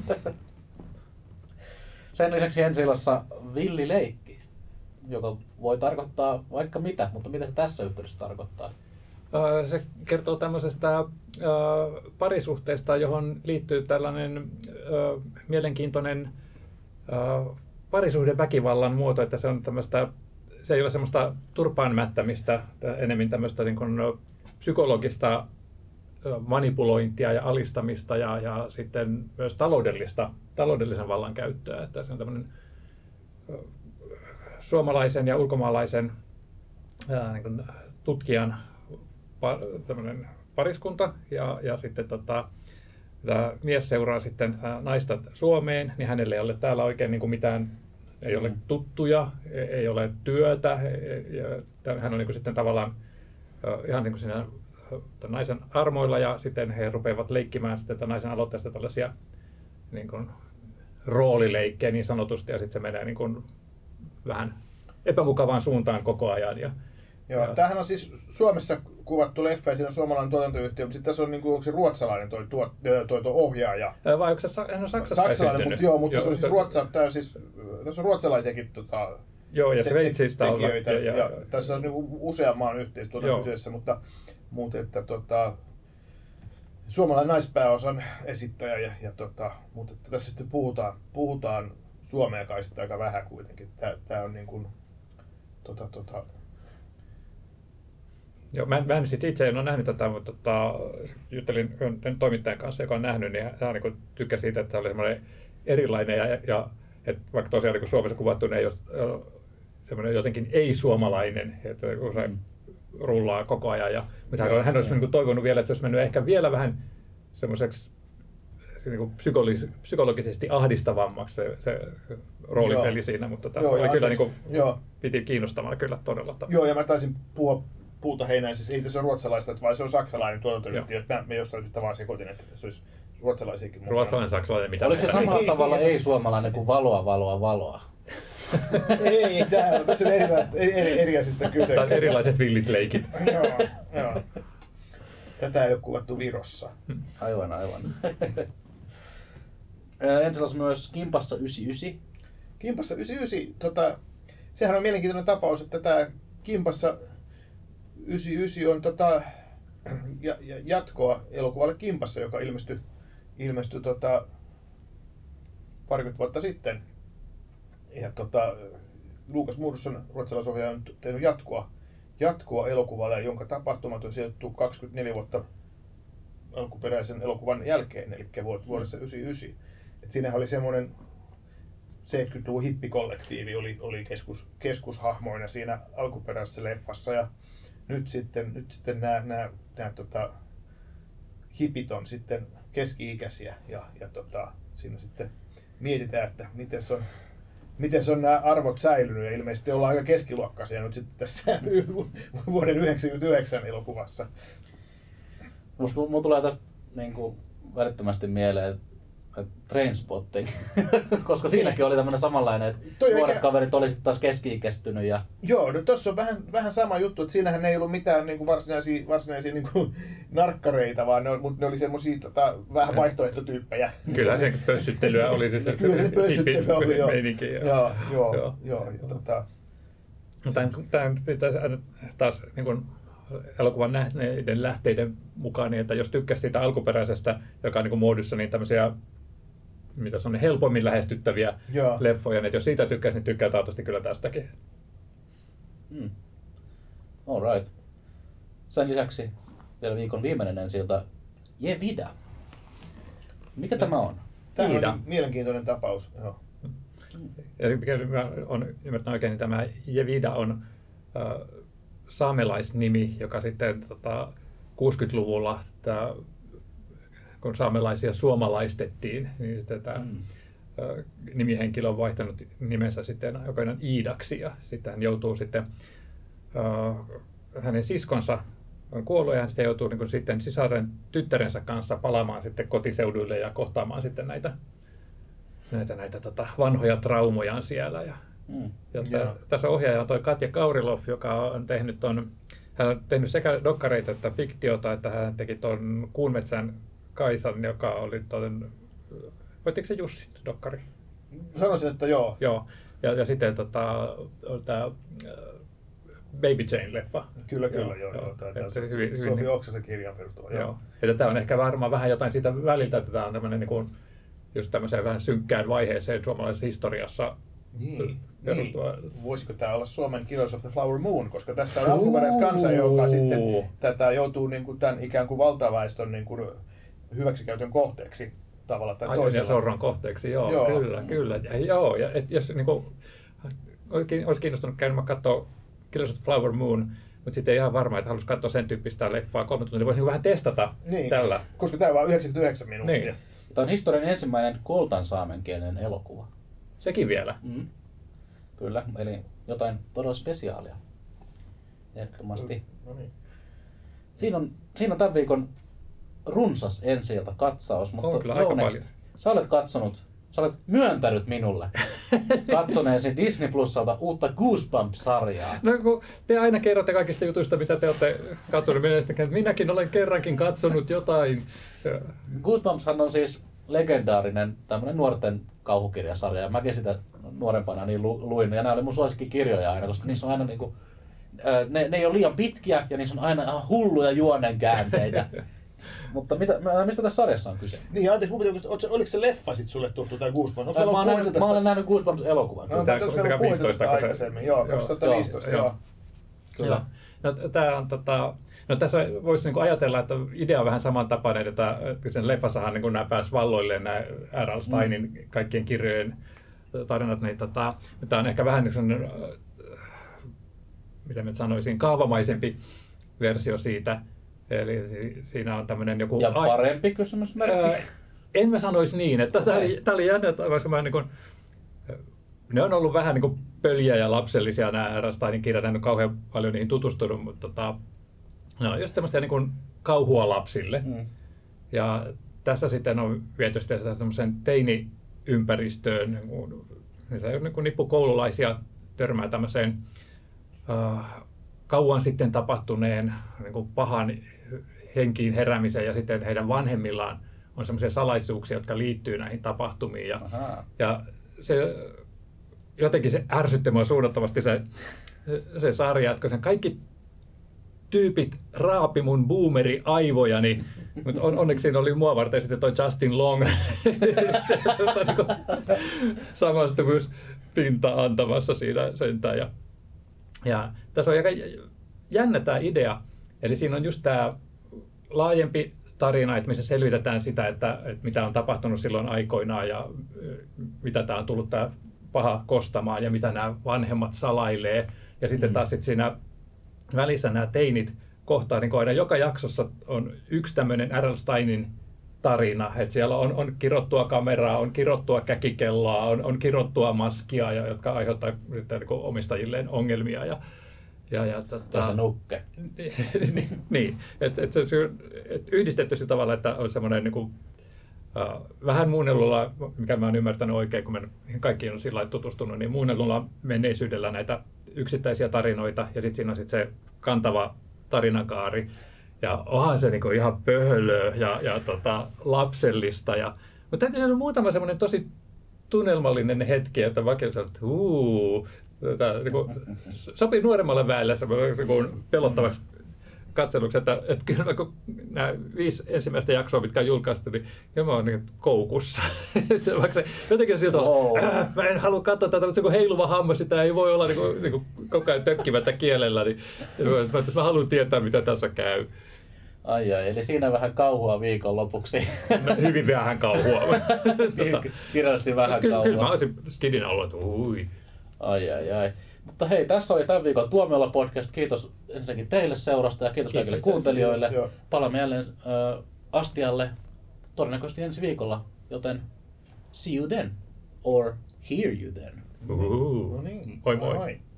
Sen lisäksi ensi-illassa villileikki, joka voi tarkoittaa vaikka mitä, mutta mitä se tässä yhteydessä tarkoittaa? Se kertoo tämmöisestä parisuhteesta, johon liittyy tällainen mielenkiintoinen parisuhdeväkivallan muoto, että se on tämmöistä, se ei ole semmoista turpaanmättämistä, enemmän tämmöistä niin kuin psykologista manipulointia ja alistamista ja, ja sitten myös taloudellista, taloudellisen vallan käyttöä, että se on tämmöinen suomalaisen ja ulkomaalaisen ää, niin kuin tutkijan pa, tämmöinen pariskunta ja, ja sitten tota, tämä mies seuraa sitten naista Suomeen, niin hänelle ei ole täällä oikein niin kuin mitään, ei ole tuttuja, ei ole työtä. Ja hän on niin kuin sitten tavallaan ihan niin kuin siinä naisen armoilla ja sitten he rupeavat leikkimään sitten tämän naisen aloitteesta tällaisia niin kuin roolileikkejä niin sanotusti ja sitten se menee niin kuin vähän epämukavaan suuntaan koko ajan. Ja, Joo, ja tämähän on siis Suomessa kuvattu leffa ja siinä on suomalainen tuotantoyhtiö, mutta sitten tässä on, niin kuin, onko se ruotsalainen toi, tuo, toi, toi ohjaaja. Vai onko se, hän on Saksassa saksalainen, mutta joo, mutta joo, se on siis, ruotsa, tämä on siis tässä on ruotsalaisiakin tota, joo, ja Sveitsistä te, tekijöitä. Ja, ja, ja, tässä on niin kuin usean maan yhteistyötä kyseessä, mutta, mutta että, tota, suomalainen naispääosan esittäjä, ja, ja, tota, mutta että tässä sitten puhutaan, puhutaan suomea kai sitten aika vähän kuitenkin. Tämä, tämä on niin kuin, tota, tota, Joo, mä, mä en siis itse en ole nähnyt tätä, mutta tota, juttelin toimittajan kanssa, joka on nähnyt, niin hän niin tykkäsi siitä, että se oli semmoinen erilainen ja, ja että vaikka tosiaan niin Suomessa kuvattu, niin ei ole semmoinen jotenkin ei-suomalainen, että usein rullaa koko ajan. Ja, mutta hän, hän olisi niin toivonut vielä, että se olisi mennyt ehkä vielä vähän semmoiseksi niin psykologis- psykologisesti ahdistavammaksi se, se roolipeli joo. siinä, mutta tota, joo, oli kyllä niin kuin, piti kiinnostavana kyllä todella. Joo, ja mä taisin puhua puuta heinäisessä, ei tässä ole ruotsalaista, vaan se on saksalainen tuotantoyhtiö. Mä, mä jostain syystä vaan sekoitin, että tässä olisi ruotsalaisiakin mukana. Ruotsalainen, saksalainen, mitä oliko se samalla tavalla ei-suomalainen kuin valoa, valoa, valoa? Ei, tää, tässä on erilaisista, eri, erilaisista kyse. Tai erilaiset villit leikit. joo, joo. Tätä ei ole kuvattu Virossa. Aivan, aivan. Ensilas myös Kimpassa yhdeksänkymmentäyhdeksän. Kimpassa yhdeksänkymmentäyhdeksän, tota, sehän on mielenkiintoinen tapaus, että tämä Kimpassa yhdeksänkymmentäyhdeksän on tota, ja, ja jatkoa elokuvalle Kimpassa, joka ilmestyi, ilmestyi tota, parikymmentä vuotta sitten. Ja tota, Lukas Moodysson, ruotsalaisohjaaja, on tehnyt jatkoa, jatkoa elokuvalle, jonka tapahtumat on sijoittu kaksikymmentäneljä vuotta alkuperäisen elokuvan jälkeen, eli vuodessa yhdeksänkymmentäyhdeksän. Et siinähän oli semmoinen seitsemänkymmentäluvun hippikollektiivi oli, oli keskus, keskushahmoina siinä alkuperäisessä leffassa. Ja nyt sitten, nyt sitten nämä, nämä, nämä tota, hipit on sitten keski-ikäisiä ja, ja tota, siinä sitten mietitään, että miten se on miten se on nämä arvot säilynyt, ja ilmeisesti ollaan aika keskiluokkaisia nyt sitten tässä vuoden yhdeksänkymmentäyhdeksän elokuvassa. Musta mulla tulee tästä niin kuin välittömästi mieleen, että Trainspotting, koska siinäkin oli tämmöinen samanlainen, että toi nuoret eikä... kaverit oli sitten taas keski-ikäistynyt. Ja... Joo, no tossa on vähän, vähän sama juttu, että siinähän ei ollut mitään niin kuin varsinaisia, varsinaisia niin kuin narkkareita, vaan ne, mutta ne oli semmosia tota, vähän vaihtoehtotyyppejä. Kyllä se pössyttelyä oli sitten. Kyllä se pössyttelyä oli, joo. Meininki, joo. Joo, joo, joo. joo ja, tota... no, tämän, tämän pitäisi taas niin kuin elokuvan nähneiden lähteiden mukaan, niin että jos tykkäsi siitä alkuperäisestä, joka on niin kuin muodossa, niin tämmöisiä mitä se on helpommin lähestyttäviä Joo. leffoja, että jos siitä tykkäisi, niin tykkää taatusti kyllä tästäkin. Mm. All right. Sen lisäksi vielä viikon viimeinen ensi-ilta, Je vida. Mikä no. tämä on? Tämä Vida. on mielenkiintoinen tapaus. Joo. Ja mikä on ymmärtänyt oikein, niin tämä Je vida on äh, saamelaisnimi, joka sitten tota, kuusikymmentäluvulla tämä kun saamelaisia suomalaistettiin, niin sitten tämä mm. nimihenkilö on vaihtanut nimensä sitten aikoinaan Iidaksi, ja sitten hän joutuu sitten, uh, hänen siskonsa on kuollut, ja hän sitten joutuu niin kuin sitten sisaren tyttärensä kanssa palaamaan sitten kotiseuduille ja kohtaamaan sitten näitä, näitä, näitä tota, vanhoja traumojaan siellä. Ja, mm. ja yeah. Tässä ohjaaja on toi Katja Kaurilov, joka on tehnyt ton, hän on tehnyt sekä dokkareita että fiktiota, että hän teki tuon Kuunmetsän Kaisan, joka oli tuon, voitteko se Jussin dokkari? Sanoisin, että joo. Joo, ja, ja sitten tota, tämä uh, Baby Jane-leffa. Kyllä, kyllä, joo. joo. Tämä Sofi Oksasen kirjan perustuva. Joo. Joo. Tämä on ehkä varmaan vähän jotain siitä väliltä, että tämä on tämmöinen niin kuin, just tämmöiseen vähän synkkään vaiheeseen suomalaisessa historiassa niin, perustuva. Niin. Voisiko tämä olla Suomen Killers of the Flower Moon, koska tässä on alkuperäiskansa, joka sitten tätä joutuu niin kuin tämän ikään kuin valtaväestön niin kuin hyväksikäytön kohteeksi tavalla tai toisella. Ajon ja sorron kohteeksi, joo, joo. kyllä, kyllä. Ja, joo, ja et, jos niin kuin, olisi kiinnostunut käymään katsoa Killers of the Flower Moon, mutta sitten ei ihan varma, että haluaisi katsoa sen tyyppistä leffaa kolme tuntia, niin voisi niin vähän testata niin, tällä. Koska tämä on vain yhdeksänkymmentäyhdeksän minuuttia. Niin. Tämä on historian ensimmäinen koltan saamenkielinen elokuva. Sekin vielä. Mm. Kyllä, eli jotain todella spesiaalia. Ehdottomasti. No niin. Siinä on, siinä on tämän viikon runsas ensi-ilta katsaus, mutta on kyllä aika paljon. Sä olet katsonut, sä olet myöntänyt minulle katsoneesi Disney Plusalta uutta Goosebumps-sarjaa. No kun te aina kerrotte kaikista jutuista, mitä te olette katsoneet, että minäkin olen kerrankin katsonut jotain. Goosebumpshan on siis legendaarinen tämmöinen nuorten kauhukirjasarja, ja mäkin sitä nuorempana niin lu, luin, ja nämä oli mun suosikkikirjoja aina, koska niissä on aina niinku, ne, ne ei ole liian pitkiä, ja niissä on aina ihan hulluja juonenkäänteitä. Mutta mitä, mistä tässä sarjassa on kyse? Niin, anteeksi, mun pitää, oliko se leffa sit sulle tuttu, tai Goosebumps? Mä, mä, nähnyt, tästä... mä olen nähnyt Goosebumps-elokuvan. No, mutta onko meillä puhuttu tästä aikaisemmin? Joo, kaksituhattaviisitoista, joo. joo. Kyllä. No, tää on, tota, no tässä voisi niinku ajatella, että idea on vähän samantapainen, että sen leffassahan niin nämä pääsi valloilleen nämä R L. Steinin mm. kaikkien kirjojen tarinat, niin tota, tämä on ehkä vähän niin sellainen, mitä mä sanoisin, kaavamaisempi versio siitä. Eli siinä on tämmöinen joku... Ja parempi kysymysmerkki. En mä sanoisi niin, että tämä oli, oli jännä, koska mä niin kuin, ne on ollut vähän niin kuin pöljiä ja lapsellisia nämä R L. Steinin kirjat, en ole kauhean paljon niihin tutustunut, mutta tota, ne on just semmoista niin kuin kauhua lapsille. Mm. Ja tässä sitten on viety sitten tämmöisen teini-ympäristöön, niin kuin, niin kuin nippukoululaisia törmää tämmöiseen uh, kauan sitten tapahtuneen niin kuin pahan henkiin heräämiseen, ja sitten heidän vanhemmillaan on semmoisia salaisuuksia, jotka liittyy näihin tapahtumiin. Ja, ja se, jotenkin se ärsytti mua suunnattomasti se, se sarja, että sen kaikki tyypit raapi mun boomeri-aivojani, mutta on, onneksi siinä oli mua varten sitten toi Justin Long samastuvuuspinta antamassa siinä sentään. Ja, ja tässä on aika jännä tämä idea, eli siinä on just tämä laajempi tarina, että missä selvitetään sitä, että, että mitä on tapahtunut silloin aikoinaan ja mitä tämä on tullut tämä paha kostamaan ja mitä nämä vanhemmat salailee. Ja sitten taas sit siinä välissä nämä teinit kohtaa, niin aina joka jaksossa on yksi tämmöinen R L. Steinin tarina. Et siellä on, on kirottua kameraa, on kirottua käkikelloa, on, on kirottua maskia, ja, jotka aiheuttaa sitten, niin omistajilleen ongelmia. Ja, ja, ja, tota, se nukke. niin, niin. Et, et, et yhdistetty sillä tavalla, että on semmoinen niin kuin, uh, vähän muunnellulla, mikä mä oon ymmärtänyt oikein, kun mä kaikkiin on sillä lailla tutustunut, niin muunnellulla menneisyydellä näitä yksittäisiä tarinoita, ja sitten siinä on sit se kantava tarinakaari. Ja onhan se niinku ihan pöhölöä ja, ja tota, lapsellista. Ja, mutta täytyy olla muutama semmoinen tosi tunnelmallinen hetki, että vaikka sä olet, huu, tota, niinku, sopii nuoremmalle väelle semmoinen niinku, pelottavaksi katseluksi, että, että kyllä mä, kun nämä viisi ensimmäistä jaksoa, mitkä on julkaistu, niin kyllä mä oon niin koukussa. Vaikka se jotenkin siltä oh. äh, mä en halua katsoa tätä, mutta se kun heiluva hammas, sitä ei voi olla niin kuin, niin kuin koko ajan tökkimättä kielellä, niin mä, mä haluan tietää, mitä tässä käy. Ai ai, eli siinä vähän kauhua viikonlopuksi. No, hyvin vähän kauhua. tota, Kirjallisesti vähän kyllä, kauhua. Kyllä mä olisin skidinä ollut, että ui. Ai ai ai. Mutta hei, tässä oli tämän viikon Tuomiolla podcast. Kiitos ensinnäkin teille seurasta ja kiitos, kiitos kaikille kuuntelijoille. Kiitos, Palaamme jälleen äh, astialle todennäköisesti ensi viikolla, joten see you then or hear you then. Uh, No niin, moi moi. moi.